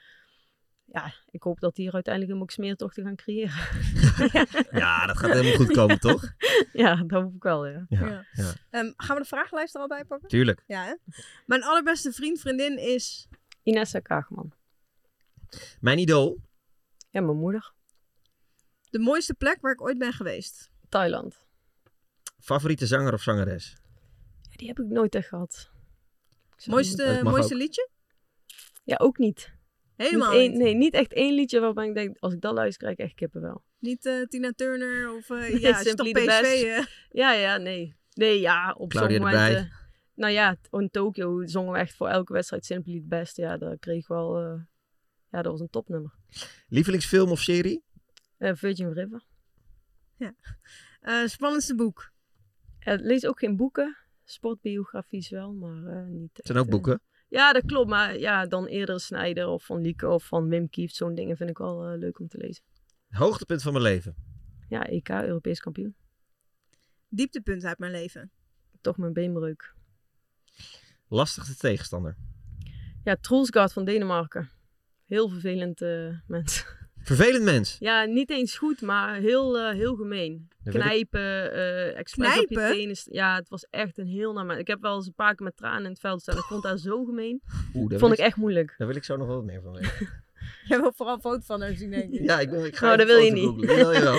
ja, ik hoop dat die hier uiteindelijk een Boxmeertocht gaan creëren. Ja, dat gaat helemaal goed komen, toch? Ja, dat hoop ik wel, ja. ja, ja. ja. Um, gaan we de vragenlijst er al bij pakken? Tuurlijk. Ja, hè? Mijn allerbeste vriend, vriendin is... Inessa Kaagman. Mijn idool? Ja, mijn moeder. De mooiste plek waar ik ooit ben geweest? Thailand. Favoriete zanger of zangeres? Ja, die heb ik nooit echt gehad. Mooiste, mooiste liedje? Ja, ook niet. Helemaal niet, één, niet? Nee, niet echt één liedje waarvan ik denk, als ik dat luister, krijg ik echt kippenvel. Niet uh, Tina Turner of uh, Nee, ja, Stop P S V? Uh. Ja, ja, nee. Nee, ja, op Claudia zo'n momenten... nou ja, in Tokio zongen we echt voor elke wedstrijd Simply the Best. Ja, dat kreeg ik wel... Uh, ja, dat was een topnummer. Lievelingsfilm of serie? Uh, Virgin River. Ja. Uh, spannendste boek? Uh, lees ook geen boeken. Sportbiografies wel, maar uh, niet... Het zijn ook boeken? Uh, ja, dat klopt. Maar ja, dan eerder Snijder of van Lieke of van Wim Kieft. Zo'n dingen vind ik wel uh, leuk om te lezen. Hoogtepunt van mijn leven? Ja, E K, Europees kampioen. Dieptepunt uit mijn leven? Toch mijn beenbreuk. Lastigste tegenstander? Ja, Troelsgaard van Denemarken. Heel vervelend uh, mens. Vervelend mens? Ja, niet eens goed, maar heel, uh, heel gemeen. Dat Knijpen, uh, expres op je tenen. Ja, het was echt een heel naar. Ik heb wel eens een paar keer met tranen in het veld staan. Ik vond dat zo gemeen. Oeh, dat vond ik, ik echt moeilijk. Daar wil ik zo nog wel wat meer van weten. Jij wil vooral een foto van haar zien, denk ik. Ja, ik, wil, ik ga nou, dat wil je niet. Googlen. Jawel, jawel.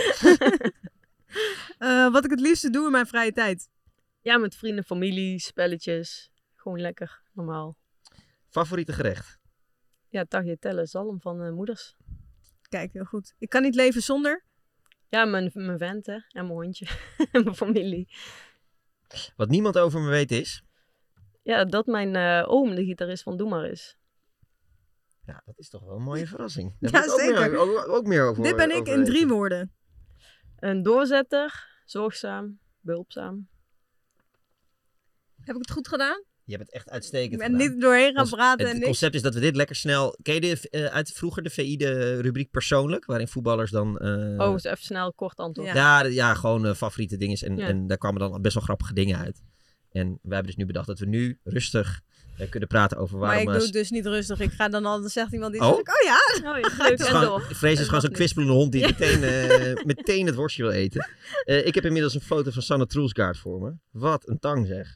uh, wat ik het liefste doe in mijn vrije tijd? Ja, met vrienden, familie, spelletjes. Gewoon lekker, normaal. Favoriete gerecht? Ja, tagliatelle, zalm van uh, moeders. Kijk, heel goed. Ik kan niet leven zonder? Ja, mijn, mijn vent hè, en mijn hondje. En mijn familie. Wat niemand over me weet is? Ja, dat mijn uh, oom de gitarist van Doe Maar is. Ja, dat is toch wel een mooie verrassing. Daar ja, ook zeker. Meer, ook, ook meer over. Dit ben ik in drie woorden. Een doorzetter, zorgzaam, behulpzaam. Heb ik het goed gedaan? Je hebt het echt uitstekend gedaan. Ik ben gedaan. niet doorheen gaan Ons, praten. Het en concept is dat we dit lekker snel... Ken je de, uh, uit vroeger de V I de rubriek persoonlijk? Waarin voetballers dan... Uh, oh, dus even snel kort antwoord. Ja, ja, ja gewoon uh, favoriete dingen. En, ja. en daar kwamen dan best wel grappige dingen uit. En wij hebben dus nu bedacht dat we nu rustig uh, kunnen praten over waarom... Maar ik doe het dus niet rustig. Ik ga dan al, zegt iemand iets. Oh? Ik, oh ja. Oh, ja, leuk. En door. Vrees is gewoon zo'n kwispelende hond die ja. meteen, uh, meteen het worstje wil eten. Uh, ik heb inmiddels een foto van Sanne Troelsgaard voor me. Wat een tang zeg.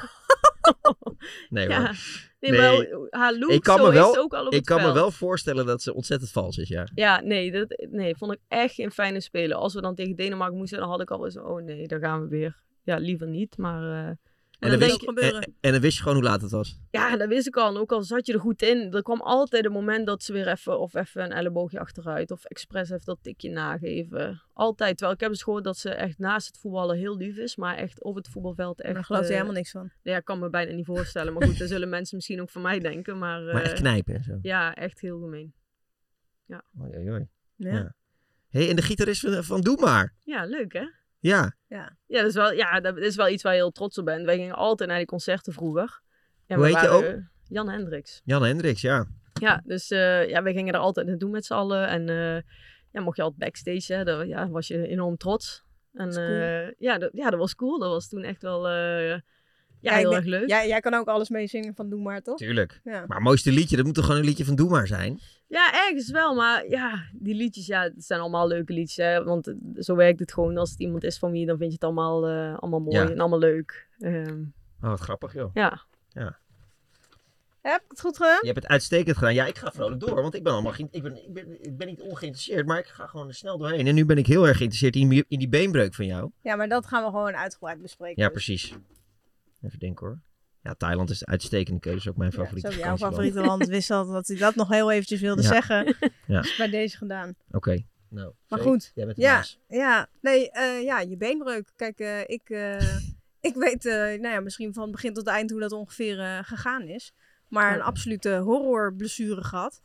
Nee ja. hoor. Nee, nee, maar haar look ik kan zo me wel, is ook al op Ik het kan veld. me wel voorstellen dat ze ontzettend vals is, ja. Ja, nee, dat nee, vond ik echt geen fijne speler. Als we dan tegen Denemarken moesten, dan had ik al eens, oh nee, daar gaan we weer. Ja, liever niet, maar... Uh, En, en, dan dan wist je, en, en dan wist je gewoon hoe laat het was. Ja, dat wist ik al. En ook al zat je er goed in. Er kwam altijd een moment dat ze weer even... Of even een elleboogje achteruit. Of expres even dat tikje nageven. Altijd. Terwijl ik heb eens gehoord dat ze echt naast het voetballen heel lief is. Maar echt op het voetbalveld echt... Daar geloof je uh, helemaal niks van. Ja, ik kan me bijna niet voorstellen. Maar goed, daar zullen mensen misschien ook van mij denken. Maar, uh, maar echt knijpen en zo. Ja, echt heel gemeen. Ja. Oei, oei, oei. Ja. ja. Hey, en de gitarist van, van Doe Maar. Ja, leuk hè? Ja. Ja, ja, dat is wel, ja, dat is wel iets waar je heel trots op bent. Wij gingen altijd naar die concerten vroeger. En Hoe heet je ook? Jan Hendricks. Jan Hendricks, ja. Ja, dus uh, ja, wij gingen er altijd naartoe met z'n allen. En uh, ja, mocht je altijd backstage, hè, dan ja, was je enorm trots. En cool. uh, ja, dat, ja, dat was cool. Dat was toen echt wel uh, ja, ja, heel erg leuk. Ja, jij kan ook alles meezingen van Doe Maar, toch? Tuurlijk. Ja. Maar het mooiste liedje, dat moet toch gewoon een liedje van Doe Maar zijn? Ja, ergens wel. Maar ja, die liedjes, ja, het zijn allemaal leuke liedjes. Hè, want zo werkt het gewoon. Als het iemand is van wie, dan vind je het allemaal, uh, allemaal mooi ja. en allemaal leuk. Um, oh, wat grappig, joh. Ja. Ja. Heb ik het goed gedaan? Je hebt het uitstekend gedaan. Ja, ik ga vrolijk door, want ik ben allemaal geen, ik ben, ik ben, ik ben niet ongeïnteresseerd, maar ik ga gewoon er snel doorheen. En nu ben ik heel erg geïnteresseerd in, in die beenbreuk van jou. Ja, maar dat gaan we gewoon uitgebreid bespreken. Ja, dus. precies. Even denken hoor. Ja, Thailand is een uitstekende keuze, ook mijn favoriete ja, zo, jouw vakantieland. favoriete land. Wist al dat hij dat nog heel eventjes wilde ja. zeggen. Ja. Is bij deze gedaan. Oké. Okay. Nou, maar Vee, goed. Jij bent de ja, baas. ja, nee, uh, ja, je beenbreuk. Kijk, uh, ik, uh, ik weet uh, nou ja, misschien van begin tot eind hoe dat ongeveer uh, gegaan is. Maar een absolute horrorblessure gehad.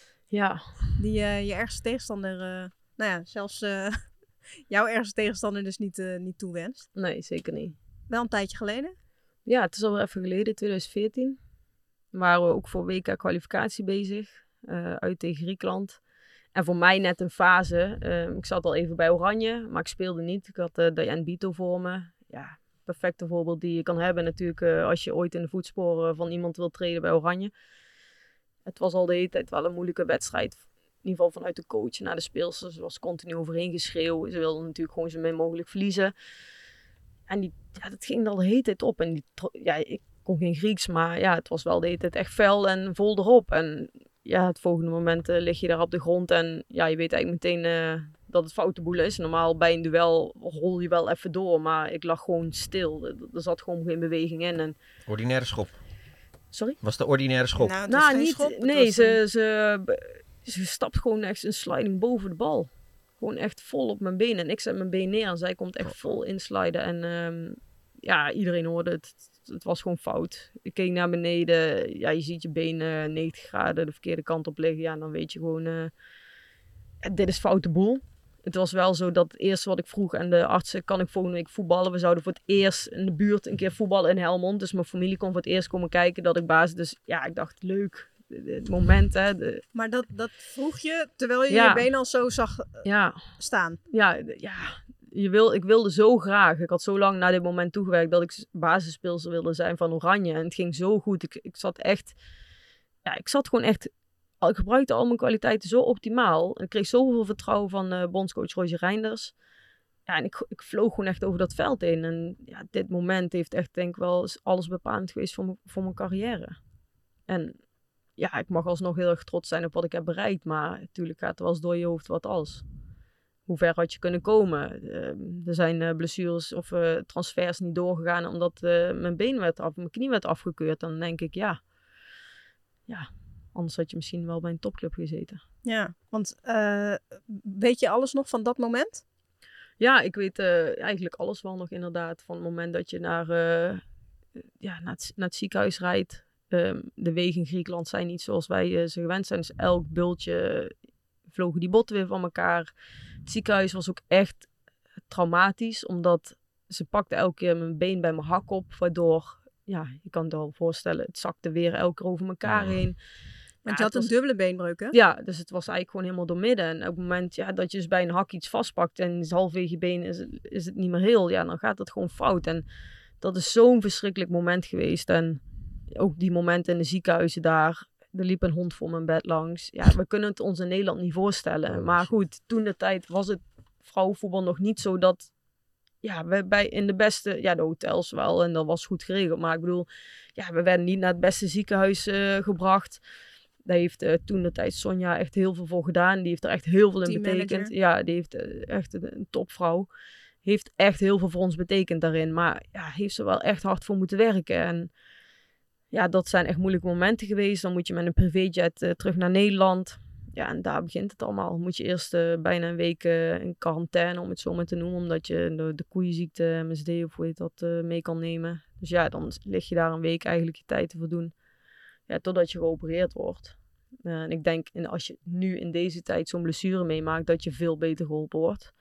Ja. Die uh, je ergste tegenstander, uh, nou ja, zelfs uh, jouw ergste tegenstander dus niet, uh, niet toewenst. Nee, zeker niet. Wel een tijdje geleden? Ja, het is al wel even geleden, twintig veertien. Waren we ook voor W K-kwalificatie bezig. Uh, uit tegen Griekenland. En voor mij net een fase. Uh, ik zat al even bij Oranje, maar ik speelde niet. Ik had uh, Diane Bito voor me. Ja, perfecte voorbeeld die je kan hebben natuurlijk uh, als je ooit in de voetsporen van iemand wil treden bij Oranje. Het was al de hele tijd wel een moeilijke wedstrijd. In ieder geval vanuit de coach naar de speelsters. Er was continu overheen geschreeuw. Ze wilden natuurlijk gewoon zo min mogelijk verliezen. En die, ja, dat ging al de hele tijd op. En die, ja, ik kon geen Grieks, maar ja, het was wel de hele tijd echt fel en vol erop. En ja, het volgende moment uh, lig je daar op de grond en ja, je weet eigenlijk meteen uh, dat het foute boel is. Normaal bij een duel rol je wel even door, maar ik lag gewoon stil. Er, er zat gewoon geen beweging in. En... Ordinaire schop. Sorry? Was de ordinaire schop? Nou, nou niet. schop, nee, ze, ze, ze stapt gewoon echt een sliding boven de bal. Gewoon echt vol op mijn benen. En ik zet mijn been neer en zij komt echt vol insliden. En um, ja, iedereen hoorde het. het was gewoon fout. Ik keek naar beneden. Ja, je ziet je benen negentig graden de verkeerde kant op liggen. Ja, dan weet je gewoon, uh, dit is foute boel. Het was wel zo dat het eerste wat ik vroeg aan de artsen, kan ik volgende week voetballen? We zouden voor het eerst in de buurt een keer voetballen in Helmond. Dus mijn familie kon voor het eerst komen kijken dat ik basis. Dus ja, ik dacht, leuk. Het moment, hè. De... Maar dat, dat vroeg je terwijl je ja. je benen al zo zag uh, ja. staan? Ja, ja. Je wil, ik wilde zo graag. Ik had zo lang naar dit moment toegewerkt dat ik basisspeelster wilde zijn van Oranje. En het ging zo goed. Ik, ik zat echt... Ja, ik zat gewoon echt... Ik gebruikte al mijn kwaliteiten zo optimaal. En ik kreeg zoveel vertrouwen van uh, bondscoach Roger Reinders. Ja, en ik, ik vloog gewoon echt over dat veld heen. En ja, dit moment heeft echt, denk ik wel, alles bepalend geweest voor, m- voor mijn carrière. En ja, ik mag alsnog heel erg trots zijn op wat ik heb bereikt. Maar natuurlijk gaat er wel eens door je hoofd wat als. Hoe ver had je kunnen komen? Uh, er zijn uh, blessures of uh, transfers niet doorgegaan omdat uh, mijn been werd af, mijn knie werd afgekeurd. Dan denk ik, ja, ja, anders had je misschien wel bij een topclub gezeten. Ja, want uh, weet je alles nog van dat moment? Ja, ik weet uh, eigenlijk alles wel nog inderdaad. Van het moment dat je naar, uh, ja, naar, het, naar het ziekenhuis rijdt. Um, de wegen in Griekenland zijn niet zoals wij uh, ze gewend zijn. Dus elk bultje vlogen die botten weer van elkaar. Het ziekenhuis was ook echt traumatisch. Omdat ze pakte elke keer mijn been bij mijn hak op. Waardoor, ja, je kan het wel voorstellen, het zakte weer elke keer over elkaar ja. heen. Want ja, je had een was... dubbele beenbreuk, hè? Ja, dus het was eigenlijk gewoon helemaal doormidden. En op het moment ja, dat je dus bij een hak iets vastpakt en is halverwege je been is, is het niet meer heel, ja, dan gaat het gewoon fout. En dat is zo'n verschrikkelijk moment geweest. En ook die momenten in de ziekenhuizen daar, er liep een hond voor mijn bed langs. Ja, we kunnen het ons in Nederland niet voorstellen. Oh, maar goed, toen de tijd was het vrouwenvoetbal nog niet zo dat... Ja, we bij in de beste... Ja, de hotels wel en dat was goed geregeld. Maar ik bedoel, ja, we werden niet naar het beste ziekenhuis uh, gebracht. Daar heeft uh, toen de tijd Sonja echt heel veel voor gedaan. Die heeft er echt heel veel in betekend. Ja, die heeft uh, echt een, een topvrouw. Heeft echt heel veel voor ons betekend daarin. Maar ja, heeft ze wel echt hard voor moeten werken. En ja, dat zijn echt moeilijke momenten geweest. Dan moet je met een privéjet uh, terug naar Nederland. Ja, en daar begint het allemaal. Moet je eerst uh, bijna een week uh, in quarantaine, om het zo maar te noemen. Omdat je de, de koeienziekte, M S D of hoe je dat, uh, mee kan nemen. Dus ja, dan lig je daar een week eigenlijk je tijd te voldoen. Ja, totdat je geopereerd wordt. Uh, en ik denk, en als je nu in deze tijd zo'n blessure meemaakt, dat je veel beter geholpen wordt.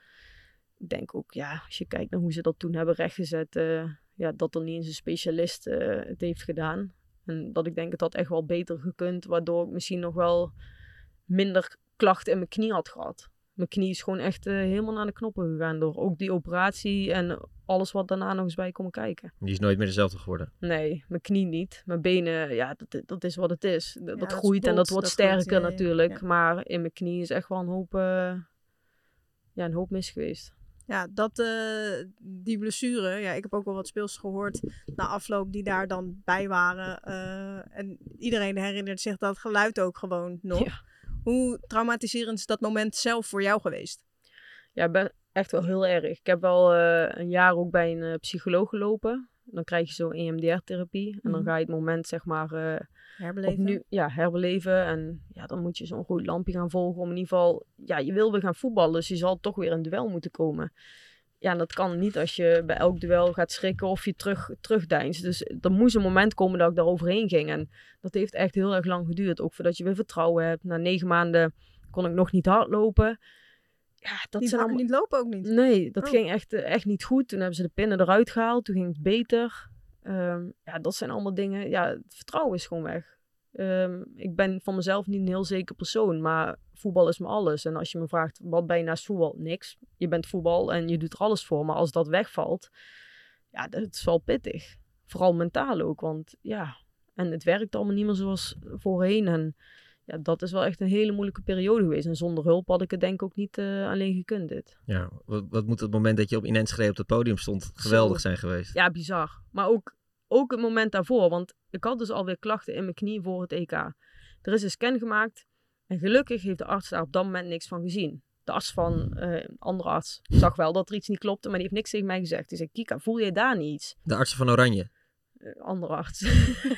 Ik denk ook, ja, als je kijkt naar hoe ze dat toen hebben rechtgezet, uh, ja, dat er niet eens een specialist uh, het heeft gedaan. En dat ik denk dat dat echt wel beter gekund, waardoor ik misschien nog wel minder klachten in mijn knie had gehad. Mijn knie is gewoon echt uh, helemaal naar de knoppen gegaan door ook die operatie en alles wat daarna nog eens bij kon kijken. Die is nooit meer dezelfde geworden? Nee, mijn knie niet. Mijn benen, ja, dat, dat is wat het is. Dat, ja, dat dat groeit bot, en dat wordt dat sterker groeit, ja, natuurlijk. ja. Maar in mijn knie is echt wel een hoop, uh, ja, een hoop mis geweest. Ja, dat, uh, die blessure, ja, ik heb ook wel wat speelsters gehoord na afloop die daar dan bij waren. Uh, en iedereen herinnert zich dat geluid ook gewoon nog. Ja. Hoe traumatiserend is dat moment zelf voor jou geweest? Ja, ben echt wel heel erg. Ik heb wel uh, een jaar ook bij een uh, psycholoog gelopen. Dan krijg je zo'n E M D R-therapie. En dan Mm-hmm. ga je het moment, zeg maar, uh, herbeleven. opnieuw ja, herbeleven. En ja, dan moet je zo'n goed lampje gaan volgen. Om in ieder geval, ja, je wil weer gaan voetballen. Dus je zal toch weer een duel moeten komen. Ja, en dat kan niet als je bij elk duel gaat schrikken of je terug, terugdeinst. Dus er moest een moment komen dat ik daar overheen ging. En dat heeft echt heel erg lang geduurd. Ook voordat je weer vertrouwen hebt. Na negen maanden kon ik nog niet hardlopen. Ja, dat niet, zijn allemaal... niet lopen ook niet? Nee, dat oh. ging echt, echt niet goed. Toen hebben ze de pinnen eruit gehaald. Toen ging het beter. Um, ja, dat zijn allemaal dingen. Ja, het vertrouwen is gewoon weg. Um, ik ben van mezelf niet een heel zeker persoon. Maar voetbal is me alles. En als je me vraagt, wat ben je naast voetbal? Niks. Je bent voetbal en je doet er alles voor. Maar als dat wegvalt, ja, dat is wel pittig. Vooral mentaal ook. Want ja, en het werkt allemaal niet meer zoals voorheen. En ja, dat is wel echt een hele moeilijke periode geweest. En zonder hulp had ik het denk ik ook niet uh, alleen gekund dit. Ja, wat, wat moet het moment dat je op in Enschede op het podium stond geweldig Zo. zijn geweest? Ja, bizar. Maar ook, ook het moment daarvoor. Want ik had dus alweer klachten in mijn knie voor het E K. Er is een scan gemaakt. En gelukkig heeft de arts daar op dat moment niks van gezien. De arts van uh, een andere arts zag wel dat er iets niet klopte. Maar die heeft niks tegen mij gezegd. Die zei, Kika, voel je daar niet iets? De arts van Oranje? Uh, andere arts.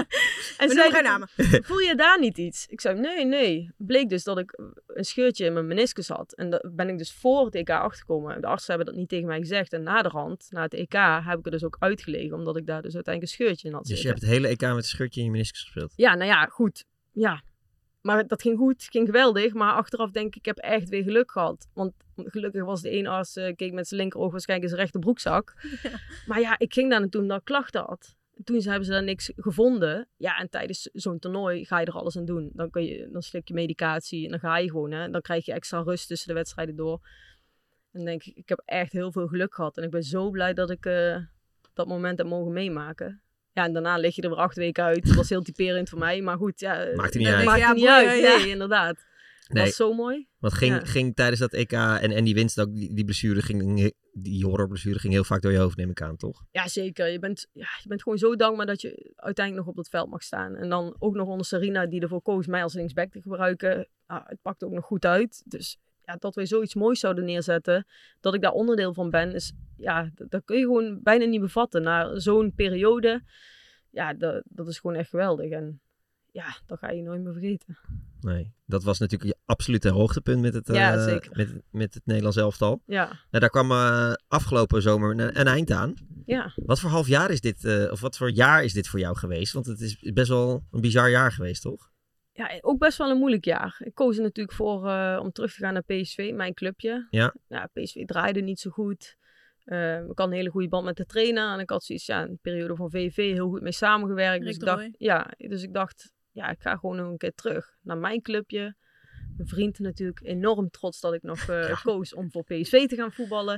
We zei noemen geen namen. voel je daar niet iets? Ik zei, nee, nee. Bleek dus dat ik een scheurtje in mijn meniscus had. En daar ben ik dus voor het E K achtergekomen. De artsen hebben dat niet tegen mij gezegd. En naderhand, na het E K, heb ik er dus ook uitgelegen. Omdat ik daar dus uiteindelijk een scheurtje in had Dus je zitten. hebt het hele E K met een scheurtje in je meniscus gespeeld? Ja, nou ja, goed. Ja. Maar dat ging goed, ging geweldig. Maar achteraf denk ik, ik heb echt weer geluk gehad. Want gelukkig was de ene arts, uh, keek met zijn linkeroog waarschijnlijk in zijn rechter broekzak. Ja. Maar ja, ik ging daar naartoe omdat ik klachten had. Toen hebben ze daar niks gevonden. Ja, en tijdens zo'n toernooi ga je er alles aan doen. Dan, kun je, dan slik je medicatie en dan ga je gewoon. Hè. Dan krijg je extra rust tussen de wedstrijden door. En dan denk ik, ik heb echt heel veel geluk gehad. En ik ben zo blij dat ik uh, dat moment heb mogen meemaken. Ja, en daarna lig je er weer acht weken uit. Dat was heel typerend voor mij. Maar goed, ja. Maakt het niet uit. Maakt ja, het niet boeien, uit. ja. Nee, inderdaad. Dat Nee. was zo mooi. Want ging, Ja. ging tijdens dat E K en, en die winst ook, die, die blessure ging, die horrorblessure ging heel vaak door je hoofd, neem ik aan, toch? Ja, zeker. Je bent, ja, je bent gewoon zo dankbaar dat je uiteindelijk nog op dat veld mag staan. En dan ook nog onder Serena, die ervoor koos mij als linksback te gebruiken. Nou, het pakt ook nog goed uit. Dus ja, dat wij zoiets moois zouden neerzetten, dat ik daar onderdeel van ben, is, ja, dat, dat kun je gewoon bijna niet bevatten. Na zo'n periode, ja, dat, dat is gewoon echt geweldig. En ja, dat ga je nooit meer vergeten. Nee, dat was natuurlijk je absolute hoogtepunt met het, Ja, uh, zeker. met, met het Nederlands elftal. Ja, Nou, daar kwam uh, afgelopen zomer een, een eind aan. ja. Wat voor half jaar is dit, uh, of wat voor jaar is dit voor jou geweest? Want het is best wel een bizar jaar geweest, toch? Ja, ook best wel een moeilijk jaar. Ik koos er natuurlijk voor uh, om terug te gaan naar P S V, mijn clubje. Ja. Ja, P S V draaide niet zo goed. Uh, ik had een hele goede band met de trainer. En ik had zoiets, ja, in de periode van V V heel goed mee samengewerkt. Dus Rick ik, dacht, Roy. ja, dus ik dacht, ja, ik ga gewoon nog een keer terug naar mijn clubje. Mijn vriend natuurlijk enorm trots dat ik nog uh, ja. koos om voor P S V te gaan voetballen.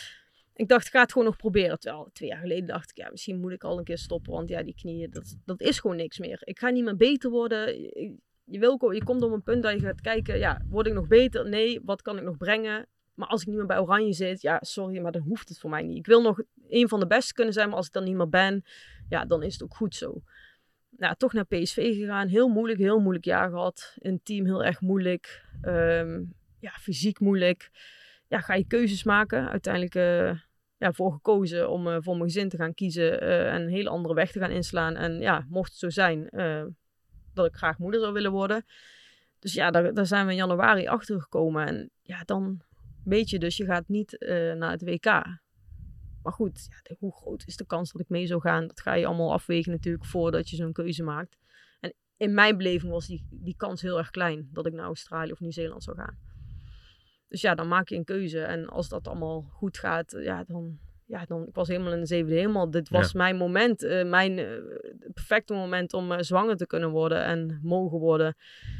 Ik dacht, ik ga het gewoon nog proberen. Terwijl twee jaar geleden dacht ik, ja, misschien moet ik al een keer stoppen. Want ja, die knieën, dat, dat is gewoon niks meer. Ik ga niet meer beter worden. Je, wil, je komt op een punt dat je gaat kijken, ja, word ik nog beter? Nee, wat kan ik nog brengen? Maar als ik niet meer bij Oranje zit, ja, sorry, maar dan hoeft het voor mij niet. Ik wil nog een van de beste kunnen zijn, maar als ik dan niet meer ben, ja, dan is het ook goed zo. Nou, toch naar P S V gegaan. Heel moeilijk, heel moeilijk jaar gehad. In het team heel erg moeilijk. Um, ja, fysiek moeilijk. Ja, ga je keuzes maken. Uiteindelijk uh, ja, voor gekozen om uh, voor mijn gezin te gaan kiezen uh, en een hele andere weg te gaan inslaan. En ja, mocht het zo zijn uh, dat ik graag moeder zou willen worden. Dus ja, daar, daar zijn we in januari achter gekomen. En ja, dan weet je dus, je gaat niet uh, naar het W K. Maar goed, ja, de, hoe groot is de kans dat ik mee zou gaan? Dat ga je allemaal afwegen natuurlijk voordat je zo'n keuze maakt. En in mijn beleving was die, die kans heel erg klein dat ik naar Australië of Nieuw-Zeeland zou gaan. Dus ja, dan maak je een keuze. En als dat allemaal goed gaat, ja, dan... Ja, dan, ik was helemaal in de zevende hemel. Dit was ja. mijn moment. Uh, mijn uh, perfecte moment om uh, zwanger te kunnen worden en mogen worden.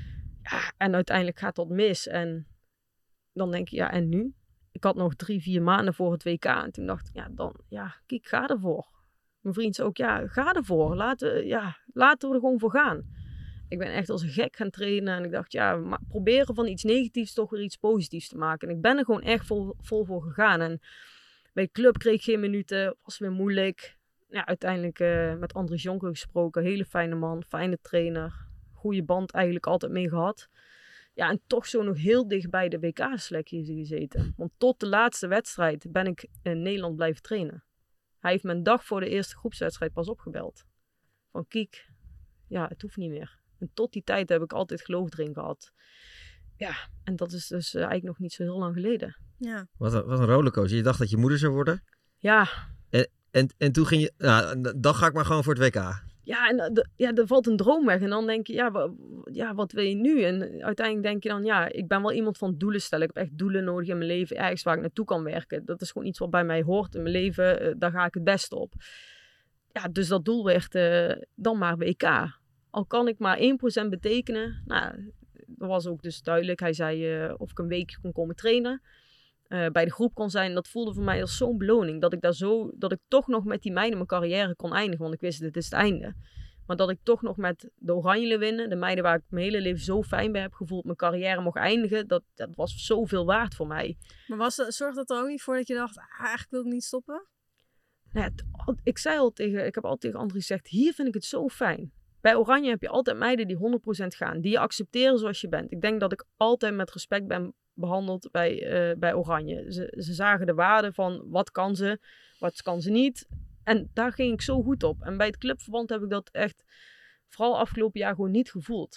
Ja, en uiteindelijk gaat dat mis. En dan denk je, ja, en nu? Ik had nog drie, vier maanden voor het W K. En toen dacht ik, ja, dan, ja, kijk, ga ervoor. Mijn vriend zei ook, ja, ga ervoor. Laten, ja, laten we er gewoon voor gaan. Ik ben echt als een gek gaan trainen. En ik dacht, ja, maar proberen van iets negatiefs toch weer iets positiefs te maken. En ik ben er gewoon echt vol, vol voor gegaan. En bij de club kreeg ik geen minuten. Was weer moeilijk. Ja, uiteindelijk uh, met Andries Jonker gesproken. Hele fijne man, fijne trainer. Goede band eigenlijk altijd mee gehad. Ja, en toch zo nog heel dicht bij de W K-selectie gezeten. Want tot de laatste wedstrijd ben ik in Nederland blijven trainen. Hij heeft me een dag voor de eerste groepswedstrijd pas opgebeld. Van Kiek, ja, het hoeft niet meer. En tot die tijd heb ik altijd geloof erin gehad. Ja, en dat is dus uh, eigenlijk nog niet zo heel lang geleden. Ja. Wat een, wat een rollercoaster. Je dacht dat je moeder zou worden? Ja. En, en, en toen ging je... Nou, dan ga ik maar gewoon voor het W K. Ja, en de, ja, er valt een droom weg. En dan denk je, ja, w- ja, wat wil je nu? En uiteindelijk denk je dan, ja, ik ben wel iemand van doelen stellen. Ik heb echt doelen nodig in mijn leven. Ergens waar ik naartoe kan werken. Dat is gewoon iets wat bij mij hoort in mijn leven. Uh, daar ga ik het beste op. Ja, dus dat doel werd uh, dan maar W K. Al kan ik maar één procent betekenen. Nou, dat was ook dus duidelijk. Hij zei uh, of ik een weekje kon komen trainen. Uh, bij de groep kon zijn. Dat voelde voor mij als zo'n beloning. Dat ik daar zo, dat ik toch nog met die meiden mijn carrière kon eindigen. Want ik wist, dit is het einde. Maar dat ik toch nog met de Oranje winnen. De meiden waar ik mijn hele leven zo fijn bij heb gevoeld. Mijn carrière mocht eindigen. Dat, dat was zoveel waard voor mij. Maar was dat, zorgde dat er ook niet voor dat je dacht, ah, eigenlijk wil ik niet stoppen? Nou ja, het, ik zei al tegen, ik heb altijd tegen Andries gezegd, hier vind ik het zo fijn. Bij Oranje heb je altijd meiden die honderd procent gaan. Die je accepteren zoals je bent. Ik denk dat ik altijd met respect ben behandeld bij, uh, bij Oranje. Ze, ze zagen de waarde van wat kan ze, wat kan ze niet. En daar ging ik zo goed op. En bij het clubverband heb ik dat echt vooral afgelopen jaar gewoon niet gevoeld.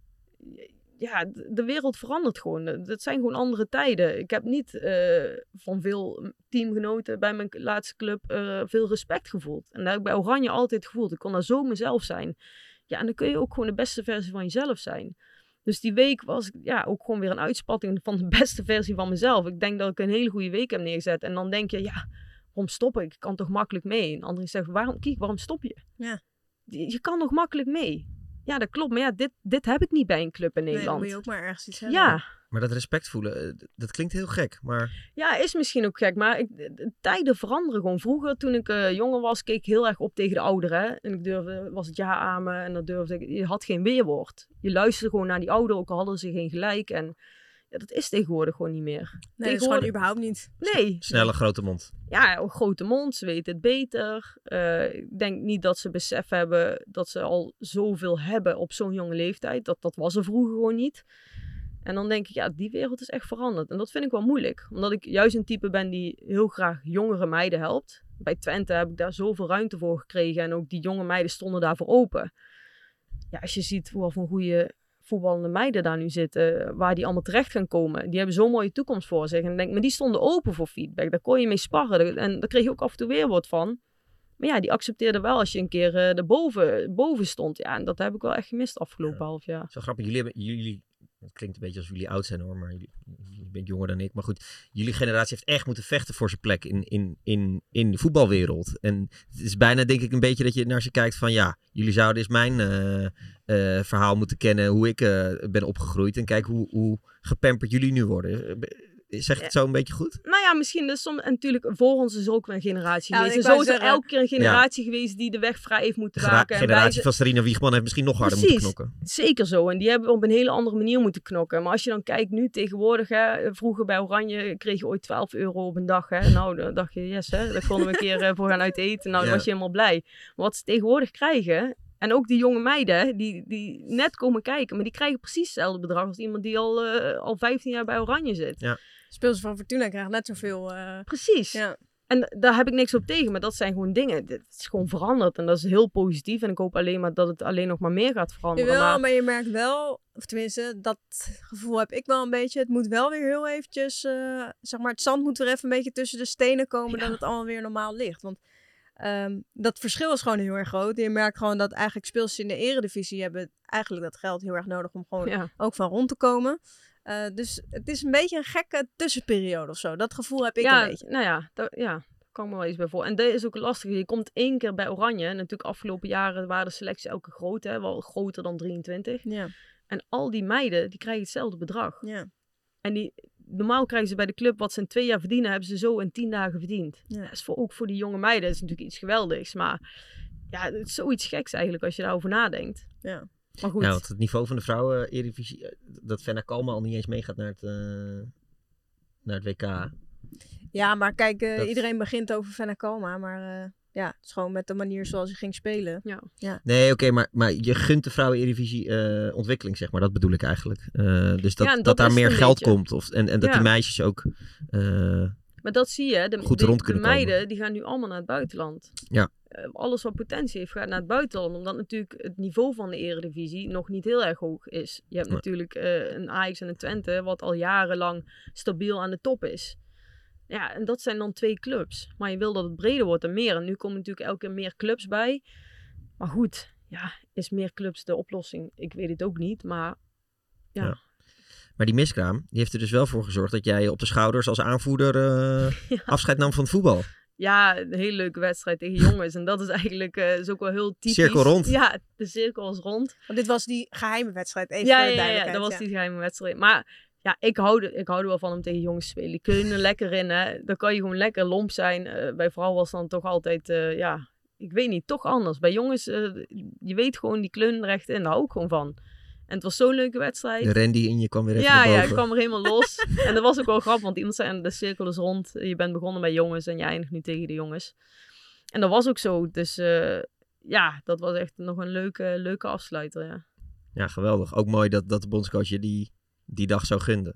Ja, de wereld verandert gewoon. Het zijn gewoon andere tijden. Ik heb niet uh, van veel teamgenoten bij mijn laatste club uh, veel respect gevoeld. En dat heb ik bij Oranje altijd gevoeld. Ik kon daar zo mezelf zijn. Ja, en dan kun je ook gewoon de beste versie van jezelf zijn. Dus die week was ja, ook gewoon weer een uitspatting van de beste versie van mezelf. Ik denk dat ik een hele goede week heb neergezet. En dan denk je, ja, waarom stop ik? Ik kan toch makkelijk mee? En anderen zeggen, waarom, Kiek, waarom stop je? Ja. Je, je kan nog makkelijk mee. Ja, dat klopt. Maar ja, dit, dit heb ik niet bij een club in Nederland. Nee, dan moet je ook maar ergens iets hebben. Ja. Maar dat respect voelen, dat klinkt heel gek. Maar... Ja, is misschien ook gek. Maar ik, de tijden veranderen gewoon. Vroeger, toen ik uh, jonger was, keek ik heel erg op tegen de ouderen. En ik durfde, was het ja aan me. En dan durfde ik, je had geen weerwoord. Je luisterde gewoon naar die ouderen, ook al hadden ze geen gelijk. En ja, dat is tegenwoordig gewoon niet meer. Nee, dat is gewoon überhaupt niet. Nee. Snelle grote mond. Ja, een grote mond. Ze weten het beter. Uh, ik denk niet dat ze besef hebben dat ze al zoveel hebben op zo'n jonge leeftijd. Dat, dat was er vroeger gewoon niet. En dan denk ik, ja, die wereld is echt veranderd. En dat vind ik wel moeilijk. Omdat ik juist een type ben die heel graag jongere meiden helpt. Bij Twente heb ik daar zoveel ruimte voor gekregen. En ook die jonge meiden stonden daarvoor open. Ja, als je ziet wat voor goede voetballende meiden daar nu zitten, waar die allemaal terecht gaan komen. Die hebben zo'n mooie toekomst voor zich. En ik denk, maar die stonden open voor feedback. Daar kon je mee sparren. En daar kreeg je ook af en toe weer wat van. Maar ja, die accepteerde wel als je een keer uh, erboven boven stond. Ja, en dat heb ik wel echt gemist afgelopen ja. half jaar. Zo grappig. Jullie hebben, jullie, het klinkt een beetje alsof jullie oud zijn hoor, maar jullie, je bent jonger dan ik. Maar goed, jullie generatie heeft echt moeten vechten voor zijn plek in, in, in, in de voetbalwereld. En het is bijna denk ik een beetje dat je naar ze kijkt van ja, jullie zouden eens mijn uh, uh, verhaal moeten kennen, hoe ik uh, ben opgegroeid. En kijk hoe, hoe gepamperd jullie nu worden. Zeg je het zo een beetje goed? Nou ja, misschien dus soms. En natuurlijk, voor ons is er ook een generatie ja, geweest. En zo is er elke keer een generatie ja. geweest die de weg vrij heeft moeten Gra- maken. De generatie en van Sarina Wiegman heeft misschien nog harder Precies, moeten knokken. Zeker zo. En die hebben op een hele andere manier moeten knokken. Maar als je dan kijkt nu tegenwoordig, hè, vroeger bij Oranje kreeg je ooit twaalf euro op een dag. Hè. Nou, dan dacht je, yes, hè, daar konden we een keer uh, voor gaan uit eten. Nou, dan ja. was je helemaal blij. Maar wat ze tegenwoordig krijgen, en ook die jonge meiden die, die net komen kijken, maar die krijgen precies hetzelfde bedrag als iemand die al, uh, al vijftien jaar bij Oranje zit. Ja. Speelsters van Fortuna krijgen net zoveel. Uh... Precies. Ja. En daar heb ik niks op tegen, maar dat zijn gewoon dingen. Het is gewoon veranderd en dat is heel positief. En ik hoop alleen maar dat het alleen nog maar meer gaat veranderen. Jawel, maar... maar je merkt wel, of tenminste, dat gevoel heb ik wel een beetje. Het moet wel weer heel eventjes, uh, zeg maar, het zand moet er even een beetje tussen de stenen komen, ja. dat het allemaal weer normaal ligt. Want um, dat verschil is gewoon heel erg groot. Je merkt gewoon dat eigenlijk speelsters in de eredivisie hebben eigenlijk dat geld heel erg nodig om gewoon ja. ook van rond te komen. Uh, dus het is een beetje een gekke tussenperiode of zo. Dat gevoel heb ik ja, een beetje. Nou ja, dat, ja, kan ik me wel iets bij voor. En dat is ook lastig. Je komt één keer bij Oranje. En natuurlijk afgelopen jaren waren de selecties elke groot. Hè, wel groter dan drieëntwintig. Ja. En al die meiden, die krijgen hetzelfde bedrag. Ja. En die, normaal krijgen ze bij de club wat ze in twee jaar verdienen, hebben ze zo in tien dagen verdiend. Ja. Dat is voor, ook voor die jonge meiden is natuurlijk iets geweldigs. Maar ja, het is zoiets geks eigenlijk als je daarover nadenkt. Ja. Maar goed. Ja, want het niveau van de vrouwen Eredivisie, dat Fenna Kalma al niet eens meegaat naar het, uh, naar het W K. Ja, maar kijk, uh, dat... iedereen begint over Fenna Kalma, maar uh, ja, het is gewoon met de manier zoals hij ging spelen. Ja. Ja. Nee, oké, okay, maar, maar je gunt de vrouwen Eredivisie uh, ontwikkeling, zeg maar. Dat bedoel ik eigenlijk. Uh, dus dat, ja, dat, dat daar meer geld beetje. komt of, en, en dat ja. die meisjes ook uh, Maar dat zie je, de, goed de, rond de kunnen meiden komen. die gaan nu allemaal naar het buitenland. Ja. Uh, alles wat potentie heeft gaat naar het buitenland. Omdat natuurlijk het niveau van de Eredivisie nog niet heel erg hoog is. Je hebt nee. natuurlijk uh, een Ajax en een Twente wat al jarenlang stabiel aan de top is. Ja, en dat zijn dan twee clubs. Maar je wil dat het breder wordt en meer. En nu komen natuurlijk elke keer meer clubs bij. Maar goed, ja, is meer clubs de oplossing? Ik weet het ook niet, maar ja. ja. Maar die miskraam, die heeft er dus wel voor gezorgd dat jij op de schouders als aanvoerder uh, ja. afscheid nam van het voetbal. Ja, een hele leuke wedstrijd tegen jongens. En dat is eigenlijk uh, is ook wel heel typisch. Cirkel rond. Ja, de cirkel is rond. Want dit was die geheime wedstrijd, even ja, voor de ja, duidelijkheid. Ja, dat was ja. die geheime wedstrijd. Maar ja, ik hou, er, ik hou er wel van om tegen jongens te spelen. Die kunnen er lekker in, hè. Dan kan je gewoon lekker lomp zijn. Uh, bij vrouwen was dan toch altijd, uh, ja, ik weet niet, toch anders. Bij jongens, uh, je weet gewoon, die kleunen er echt in. Daar hou ik gewoon van. En het was zo'n leuke wedstrijd. De Randy in je kwam weer even ja, naar boven. Ja, ik kwam er helemaal los. En dat was ook wel grappig, want iemand zei, de cirkel is rond. Je bent begonnen bij jongens en je eindigt nu tegen de jongens. En dat was ook zo. Dus uh, ja, dat was echt nog een leuke, leuke afsluiter, ja. Ja, geweldig. Ook mooi dat, dat de bondscoach je die, die dag zo gunde.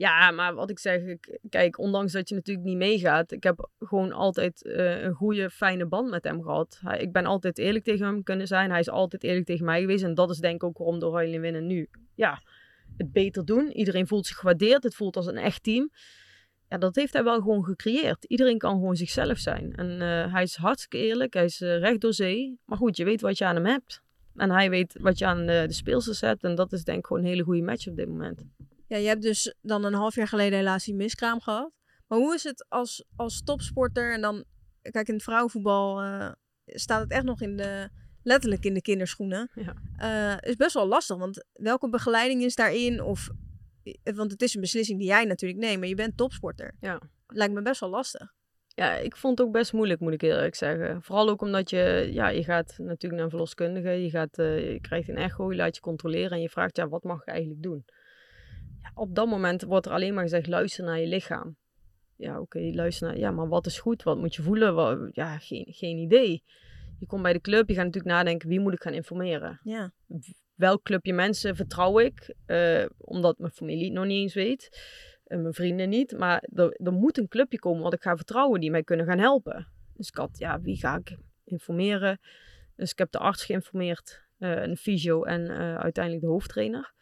Ja, maar wat ik zeg, ik, kijk, ondanks dat je natuurlijk niet meegaat, ik heb gewoon altijd uh, een goede, fijne band met hem gehad. Hij, ik ben altijd eerlijk tegen hem kunnen zijn. Hij is altijd eerlijk tegen mij geweest. En dat is denk ik ook waarom de Oranje winnen nu. Ja, het beter doen. Iedereen voelt zich gewaardeerd. Het voelt als een echt team. Ja, dat heeft hij wel gewoon gecreëerd. Iedereen kan gewoon zichzelf zijn. En uh, hij is hartstikke eerlijk. Hij is uh, recht door zee. Maar goed, je weet wat je aan hem hebt. En hij weet wat je aan uh, de speelsters hebt. En dat is denk ik gewoon een hele goede match op dit moment. Ja, je hebt dus dan een half jaar geleden helaas die miskraam gehad. Maar hoe is het als, als topsporter? En dan, kijk, in het vrouwenvoetbal uh, staat het echt nog in de, letterlijk in de kinderschoenen. Ja. Uh, is best wel lastig, want welke begeleiding is daarin? Of, want het is een beslissing die jij natuurlijk neemt, maar je bent topsporter. Ja. Lijkt me best wel lastig. Ja, ik vond het ook best moeilijk, moet ik eerlijk zeggen. Vooral ook omdat je, ja, je gaat natuurlijk naar een verloskundige. Je, gaat, uh, je krijgt een echo, je laat je controleren en je vraagt, ja, wat mag ik eigenlijk doen? Ja, op dat moment wordt er alleen maar gezegd, luister naar je lichaam. Ja, oké, okay, luister naar, ja, maar wat is goed? Wat moet je voelen? Wat, ja, geen, geen idee. Je komt bij de club, je gaat natuurlijk nadenken, wie moet ik gaan informeren? Ja. Welk clubje mensen vertrouw ik? Uh, omdat mijn familie het nog niet eens weet. Uh, mijn vrienden niet. Maar er, er moet een clubje komen wat ik ga vertrouwen, die mij kunnen gaan helpen. Dus ik had, ja, wie ga ik informeren? Dus ik heb de arts geïnformeerd, uh, een fysio en uh, uiteindelijk de hoofdtrainer.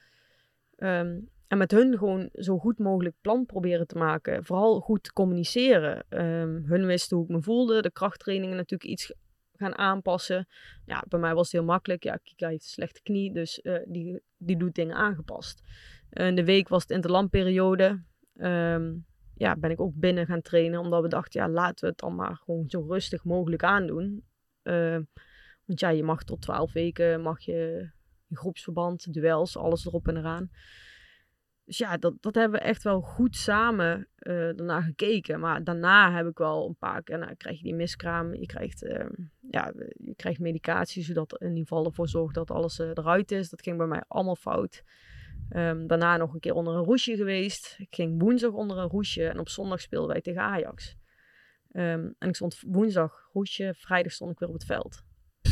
Um, en met hun gewoon zo goed mogelijk plan proberen te maken. Vooral goed te communiceren. Um, hun wisten hoe ik me voelde. De krachttrainingen natuurlijk iets gaan aanpassen. Ja, bij mij was het heel makkelijk. Ja, Kika heeft een slechte knie, dus uh, die, die doet dingen aangepast. Uh, in de week was het interlandperiode. Um, ja, ben ik ook binnen gaan trainen, omdat we dachten, ja, laten we het dan maar gewoon zo rustig mogelijk aandoen. Uh, want ja, je mag tot twaalf weken, mag je in groepsverband, duels, alles erop en eraan. Dus ja, dat, dat hebben we echt wel goed samen uh, daarna gekeken. Maar daarna heb ik wel een paar keer, nou, krijg je die miskraam. Je krijgt, uh, ja, je krijgt medicatie, zodat er in ieder geval ervoor zorgt dat alles uh, eruit is. Dat ging bij mij allemaal fout. Um, daarna nog een keer onder een roesje geweest. Ik ging woensdag onder een roesje en op zondag speelden wij tegen Ajax. Um, en ik stond woensdag roesje, vrijdag stond ik weer op het veld.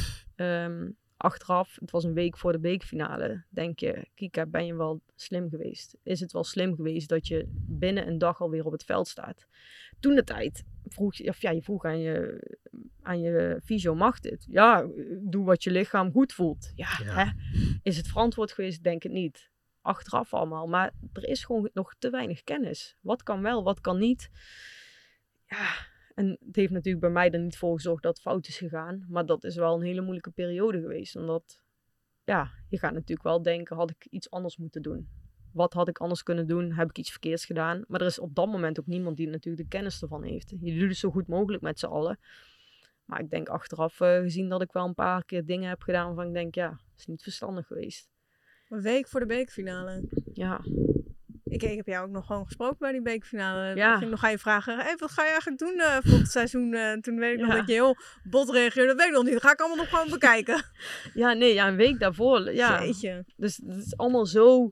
Um, Achteraf, het was een week voor de bekerfinale, denk je, Kika, ben je wel slim geweest? Is het wel slim geweest dat je binnen een dag alweer op het veld staat? Toen de tijd vroeg je, of ja, je vroeg aan je, aan je fysio, mag dit? Ja, doe wat je lichaam goed voelt. Ja, ja. Hè? Is het verantwoord geweest? Denk het niet. Achteraf allemaal, maar er is gewoon nog te weinig kennis. Wat kan wel, wat kan niet? Ja. En het heeft natuurlijk bij mij er niet voor gezorgd dat het fout is gegaan. Maar dat is wel een hele moeilijke periode geweest. Omdat, ja, je gaat natuurlijk wel denken, had ik iets anders moeten doen? Wat had ik anders kunnen doen? Heb ik iets verkeerds gedaan? Maar er is op dat moment ook niemand die natuurlijk de kennis ervan heeft. Je doet het zo goed mogelijk met z'n allen. Maar ik denk achteraf uh, gezien dat ik wel een paar keer dingen heb gedaan waarvan ik denk, ja, dat is niet verstandig geweest. Een week voor de bekerfinale. Ja. Ik, ik heb jou ook nog gewoon gesproken bij die bekerfinale. Ja. Ik ging nog aan je vragen, hey, wat ga je eigenlijk doen uh, volgend seizoen? Uh, toen weet ik nog ja. dat je heel bot reageerde. Dat weet ik nog niet. Dat ga ik allemaal nog gewoon bekijken. Ja, nee, ja, een week daarvoor. Ja. Jeetje. Dus het is allemaal zo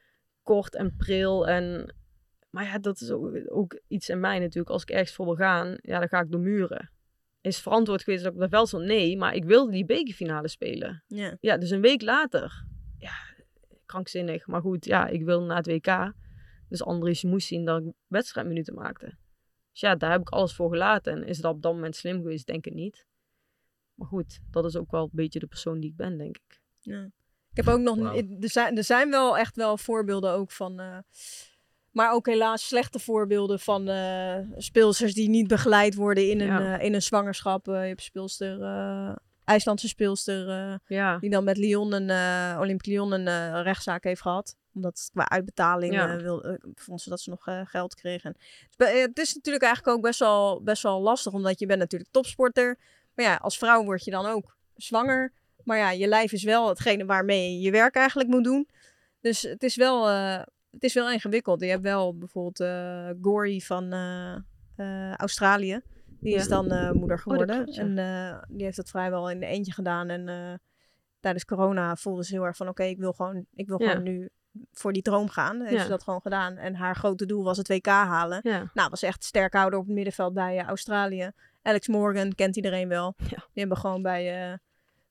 kort en pril. En, maar ja, dat is ook, ook iets in mij natuurlijk. Als ik ergens voor wil gaan, ja, dan ga ik door muren. Is het verantwoord geweest dat ik dat wel zo? Nee, maar ik wilde die bekerfinale spelen. Ja. Ja, dus een week later. Ja, krankzinnig. Maar goed, ja, ik wilde naar het W K. Dus Andries moest zien dat ik wedstrijdminuten maakte. Dus ja, daar heb ik alles voor gelaten. En is dat op dat moment slim geweest? Denk ik niet. Maar goed, dat is ook wel een beetje de persoon die ik ben, denk ik. Ja. Ik heb ook nog... Wow. Er zijn, er zijn wel echt wel voorbeelden ook van... Uh, maar ook helaas slechte voorbeelden van uh, speelsters die niet begeleid worden in een, ja. uh, in een zwangerschap. Uh, je hebt speelster... Uh, IJslandse speelster uh, ja. die dan met Lyon een uh, Olympique Lyon een uh, rechtszaak heeft gehad. Omdat qua uitbetaling ja. uh, wil, uh, vond ze dat ze nog uh, geld kregen. Dus, uh, het is natuurlijk eigenlijk ook best wel, best wel lastig. Omdat je bent natuurlijk topsporter. Maar ja, als vrouw word je dan ook zwanger. Maar ja, je lijf is wel hetgene waarmee je je werk eigenlijk moet doen. Dus het is wel, uh, het is wel ingewikkeld. Je hebt wel bijvoorbeeld uh, Gory van uh, uh, Australië. Die ja. is dan uh, moeder geworden. Oh, klopt, ja. En uh, die heeft dat vrijwel in de eentje gedaan. En uh, tijdens corona voelde ze heel erg van... Oké, okay, ik wil gewoon, ik wil ja. gewoon nu voor die droom gaan. Heeft ja. ze dat gewoon gedaan. En haar grote doel was het W K halen. Ja. Nou, was echt sterkhouder op het middenveld bij uh, Australië. Alex Morgan kent iedereen wel. Ja. Die hebben gewoon bij, uh,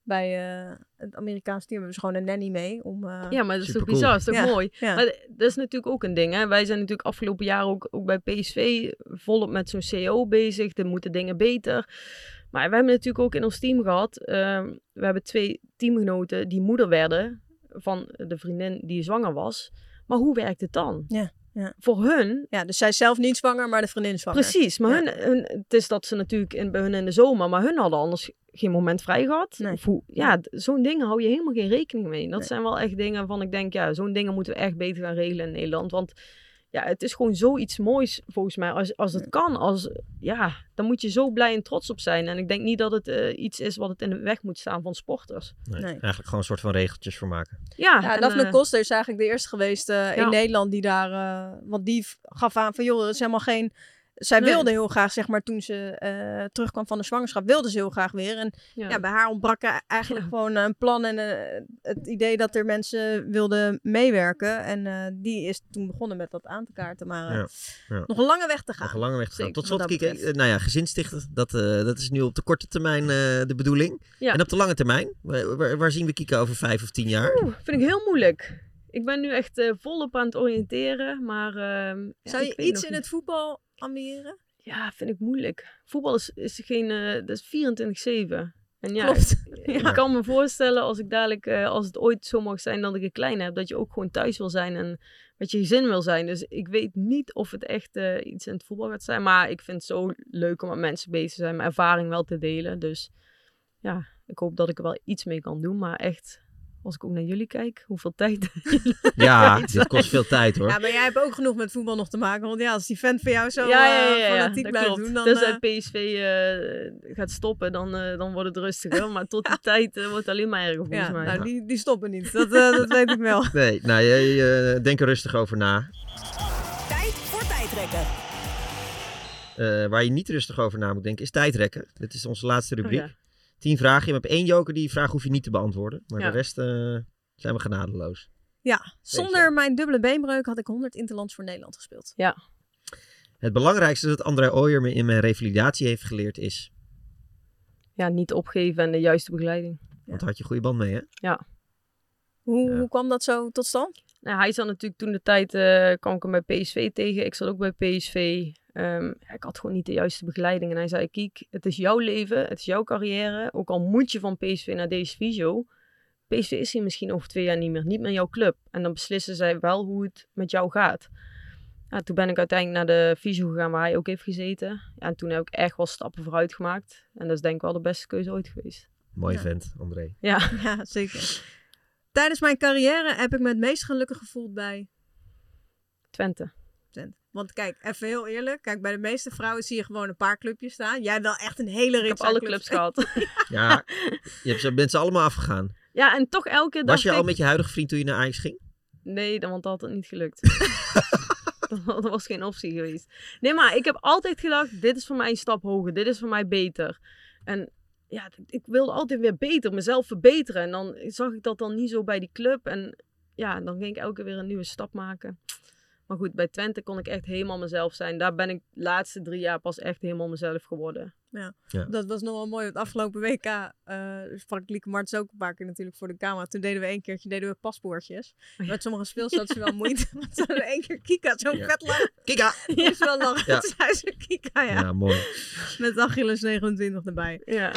bij uh, het Amerikaanse team hebben ze gewoon een nanny mee. Om, uh... Ja, maar dat is toch Supercool. bizar, dat is toch Ja, mooi. ja. Maar dat is natuurlijk ook een ding. Hè? Wij zijn natuurlijk afgelopen jaar ook, ook bij P S V volop met zo'n C O bezig. Er moeten dingen beter. Maar we hebben natuurlijk ook in ons team gehad. Uh, we hebben twee teamgenoten die moeder werden van de vriendin die zwanger was. Maar hoe werkt het dan? Ja, ja. Voor hun... Ja, dus zij is zelf niet zwanger, maar de vriendin is zwanger. Precies, maar Ja. hun, hun, het is dat ze natuurlijk in, bij hun in de zomer, maar hun hadden anders geen moment vrij gehad. Nee. Of hoe, ja, d- zo'n dingen hou je helemaal geen rekening mee. Dat Nee. zijn wel echt dingen van ik denk, ja, zo'n dingen moeten we echt beter gaan regelen in Nederland. Want ja, het is gewoon zoiets moois volgens mij. Als, als het kan, als, ja, dan moet je zo blij en trots op zijn. En ik denk niet dat het uh, iets is wat het in de weg moet staan van sporters. Nee, Nee. Eigenlijk gewoon een soort van regeltjes voor maken. Ja, Ja, en, Daphne uh, Koster is eigenlijk de eerste geweest uh, in Ja. Nederland die daar... Uh, want die v- gaf aan van, joh, er is helemaal geen... Zij Nee. wilde heel graag, zeg maar, toen ze uh, terugkwam van de zwangerschap, wilde ze heel graag weer. En ja. ja, bij haar ontbrak er eigenlijk Ja. gewoon uh, een plan en uh, het idee dat er mensen wilden meewerken. En uh, die is toen begonnen met dat aan te kaarten. Maar uh, Ja, ja. nog een lange weg te gaan. Nog een lange weg te gaan. Zeker, Tot wat slot, dat Kieke, betreft. eh, nou ja, gezinsstichten, dat, uh, dat is nu op de korte termijn uh, de bedoeling. Ja. En op de lange termijn, waar, waar, waar zien we Kieke over vijf of tien jaar? Oeh, vind ik heel moeilijk. Ik ben nu echt uh, volop aan het oriënteren, maar... Uh, ja, Zou ik je weet iets nog in niet. het voetbal ambiëren? Ja, vind ik moeilijk. Voetbal is, is geen, uh, dat is vierentwintig zeven. En ja, Klopt. ik, ik kan me voorstellen als ik dadelijk, uh, als het ooit zo mag zijn dat ik een klein heb, dat je ook gewoon thuis wil zijn en met je gezin wil zijn. Dus ik weet niet of het echt uh, iets in het voetbal gaat zijn, maar ik vind het zo leuk om met mensen bezig te zijn, mijn ervaring wel te delen. Dus ja, ik hoop dat ik er wel iets mee kan doen, maar echt... Als ik ook naar jullie kijk, hoeveel tijd... Ja, dit kost veel tijd hoor. Ja, maar jij hebt ook genoeg met voetbal nog te maken. Want ja, als die vent van jou zo ja, ja, ja, uh, ja, fanatiek dat blijft klopt. doen, dan... Dus uh, als P S V uh, gaat stoppen, dan, uh, dan wordt het rustiger. Maar tot die tijd uh, wordt het alleen maar erger volgens ja, mij. nou, die, die stoppen niet. Dat, uh, dat weet ik wel. Nee, nou, je, uh, denk er rustig over na. Tijd voor tijdrekken. Uh, waar je niet rustig over na moet denken, is tijdrekken. Dit is onze laatste rubriek. Oh, ja. Tien vragen. Je hebt één joker, die vraag hoef je niet te beantwoorden. Maar Ja. de rest uh, zijn we genadeloos. Ja, zonder mijn dubbele beenbreuk had ik honderd interlands voor Nederland gespeeld. Ja. Het belangrijkste dat André Ooyer me in mijn revalidatie heeft geleerd is... Ja, niet opgeven en de juiste begeleiding. Want daar had je een goede band mee, hè? Ja. Hoe, Ja. hoe kwam dat zo tot stand? Nou, hij zat natuurlijk toen de tijd, uh, kwam ik hem bij P S V tegen. Ik zat ook bij P S V. Um, ja, ik had gewoon niet de juiste begeleiding. En hij zei, Kiek, het is jouw leven, het is jouw carrière. Ook al moet je van P S V naar deze visio. P S V is hier misschien over twee jaar niet meer. Niet meer jouw club. En dan beslissen zij wel hoe het met jou gaat. Ja, toen ben ik uiteindelijk naar de visio gegaan waar hij ook heeft gezeten. Ja, en toen heb ik echt wel stappen vooruit gemaakt. En dat is denk ik wel de beste keuze ooit geweest. Mooi Ja. vent, André. Ja. Ja, zeker. Tijdens mijn carrière heb ik me het meest gelukkig gevoeld bij Twente. Twente. Want kijk, even heel eerlijk. Kijk, bij de meeste vrouwen zie je gewoon een paar clubjes staan. Jij hebt wel echt een hele Ik rits heb aan alle clubs gehad. Ja, je hebt, ze- bent ze allemaal afgegaan. Ja, en toch elke keer Was dacht je al ik... met je huidige vriend toen je naar Ajax ging? Nee, dan, want dat had het niet gelukt. dat, dat was geen optie geweest. Nee, maar ik heb altijd gedacht, dit is voor mij een stap hoger. Dit is voor mij beter. En ja, ik wilde altijd weer beter, mezelf verbeteren. En dan zag ik dat dan niet zo bij die club. En ja, dan ging ik elke keer weer een nieuwe stap maken. Maar goed, bij Twente kon ik echt helemaal mezelf zijn. Daar ben ik de laatste drie jaar pas echt helemaal mezelf geworden. Ja. Ja. Dat was nog wel mooi. Het afgelopen W K uh, sprak Lieke Martens ook een paar keer natuurlijk voor de camera. Toen deden we één keertje deden we paspoortjes. ja. Met sommige speels hadden ze wel moeite. Maar toen hadden we één keer Kika, zo'n Ja. vet lang. Kika! Die is wel lang. Ja. Toen zei ze Kika, ja. Ja, mooi. Met Achilles negenentwintig erbij. Ja.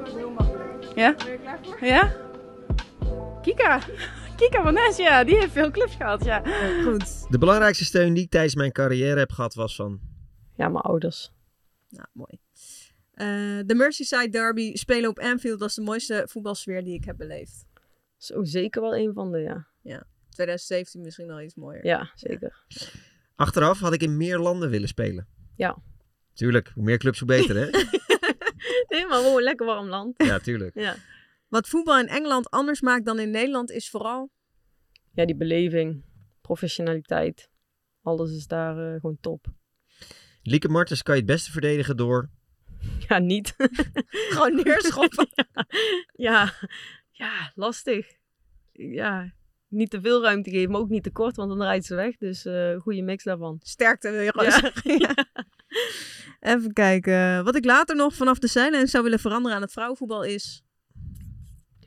Ja? Ja? Kika. Kika van Nes, ja. Die heeft veel clubs gehad, ja. Goed. De belangrijkste steun die ik tijdens mijn carrière heb gehad was van... Ja, mijn ouders. Nou, mooi. Uh, de Merseyside Derby spelen op Anfield was de mooiste voetbalsfeer die ik heb beleefd. Zo zeker wel een van de, ja. Ja, twintig zeventien misschien nog iets mooier. Ja, zeker. Achteraf had ik in meer landen willen spelen. Ja. Tuurlijk, hoe meer clubs hoe beter, hè? Nee, maar gewoon een lekker warm land. Ja, tuurlijk. Ja. Wat voetbal in Engeland anders maakt dan in Nederland is vooral... Ja, die beleving, professionaliteit. Alles is daar uh, gewoon top. Lieke Martens kan je het beste verdedigen door... Ja, niet. Gewoon neerschoppen. ja. ja, ja, lastig. Ja, niet te veel ruimte geven, maar ook niet te kort, want dan rijdt ze weg. Dus uh, goede mix daarvan. Sterkte wil je gewoon ja. zeggen. Ja. Even kijken. Wat ik later nog vanaf de zijlijn zou willen veranderen aan het vrouwenvoetbal is...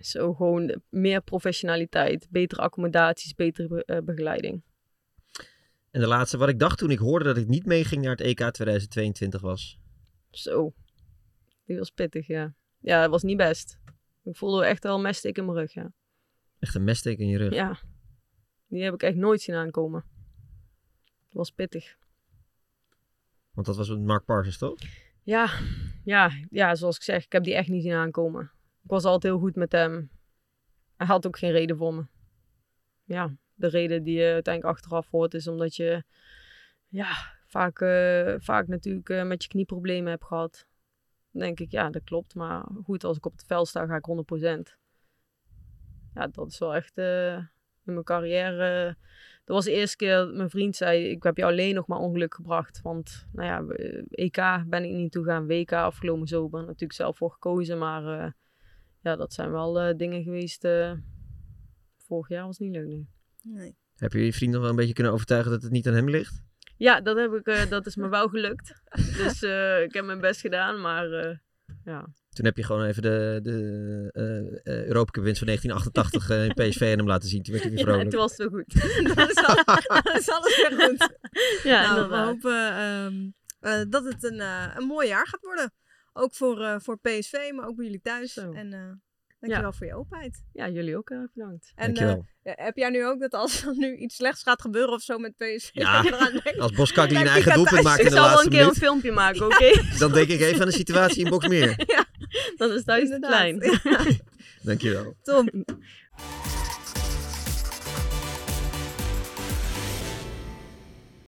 Zo gewoon meer professionaliteit, betere accommodaties, betere be- uh, begeleiding. En de laatste, wat ik dacht toen ik hoorde dat ik niet meeging naar het E K tweeduizend tweeëntwintig was. Zo, die was pittig, ja. Ja, dat was niet best. Ik voelde echt wel een messteek in mijn rug, ja. Echt een messteek in je rug? Ja, die heb ik echt nooit zien aankomen. Dat was pittig. Want dat was met Mark Parsons, toch? Ja, ja, ja, zoals ik zeg, ik heb die echt niet zien aankomen. Ik was altijd heel goed met hem. Hij had ook geen reden voor me. Ja, de reden die je uiteindelijk achteraf hoort is omdat je ja, vaak, uh, vaak natuurlijk uh, met je knieproblemen hebt gehad. Dan denk ik, ja, dat klopt. Maar goed, als ik op het veld sta, ga ik honderd procent. Ja, dat is wel echt uh, in mijn carrière. Uh, dat was de eerste keer dat mijn vriend zei, ik heb jou alleen nog maar ongeluk gebracht. Want, nou ja, E K ben ik niet toe gaan. W K afgelopen zomer. Natuurlijk zelf voor gekozen, maar uh, ja, dat zijn wel uh, dingen geweest. Uh, vorig jaar was het niet leuk, nee. Nee. Heb je je vriend nog wel een beetje kunnen overtuigen dat het niet aan hem ligt? Ja, dat, heb ik, uh, dat is me wel gelukt. Dus uh, ik heb mijn best gedaan, maar uh, ja. Toen heb je gewoon even de, de uh, uh, Europa Cup winst van negentien achtentachtig uh, in P S V aan hem laten zien. Toen werd hij weer vrolijk. Ja, toen was het wel goed. dat, is al, dat is alles weer goed. Ja, nou, we hopen um, uh, dat het een, uh, een mooi jaar gaat worden. Ook voor, uh, voor P S V, maar ook bij jullie thuis. Zo. En uh, dankjewel ja. voor je openheid. Ja, jullie ook uh, bedankt. En uh, heb jij nu ook dat als er nu iets slechts gaat gebeuren of zo met P S V? Ja, als Boskakli een eigen doelpunt maakt in de laatste minuut. Ik zal wel een keer minuut. een filmpje maken, oké? Okay? Dan denk ik even aan de situatie in Boxmeer. Ja, dan is thuis te klein. Ja. Dankjewel. Tom.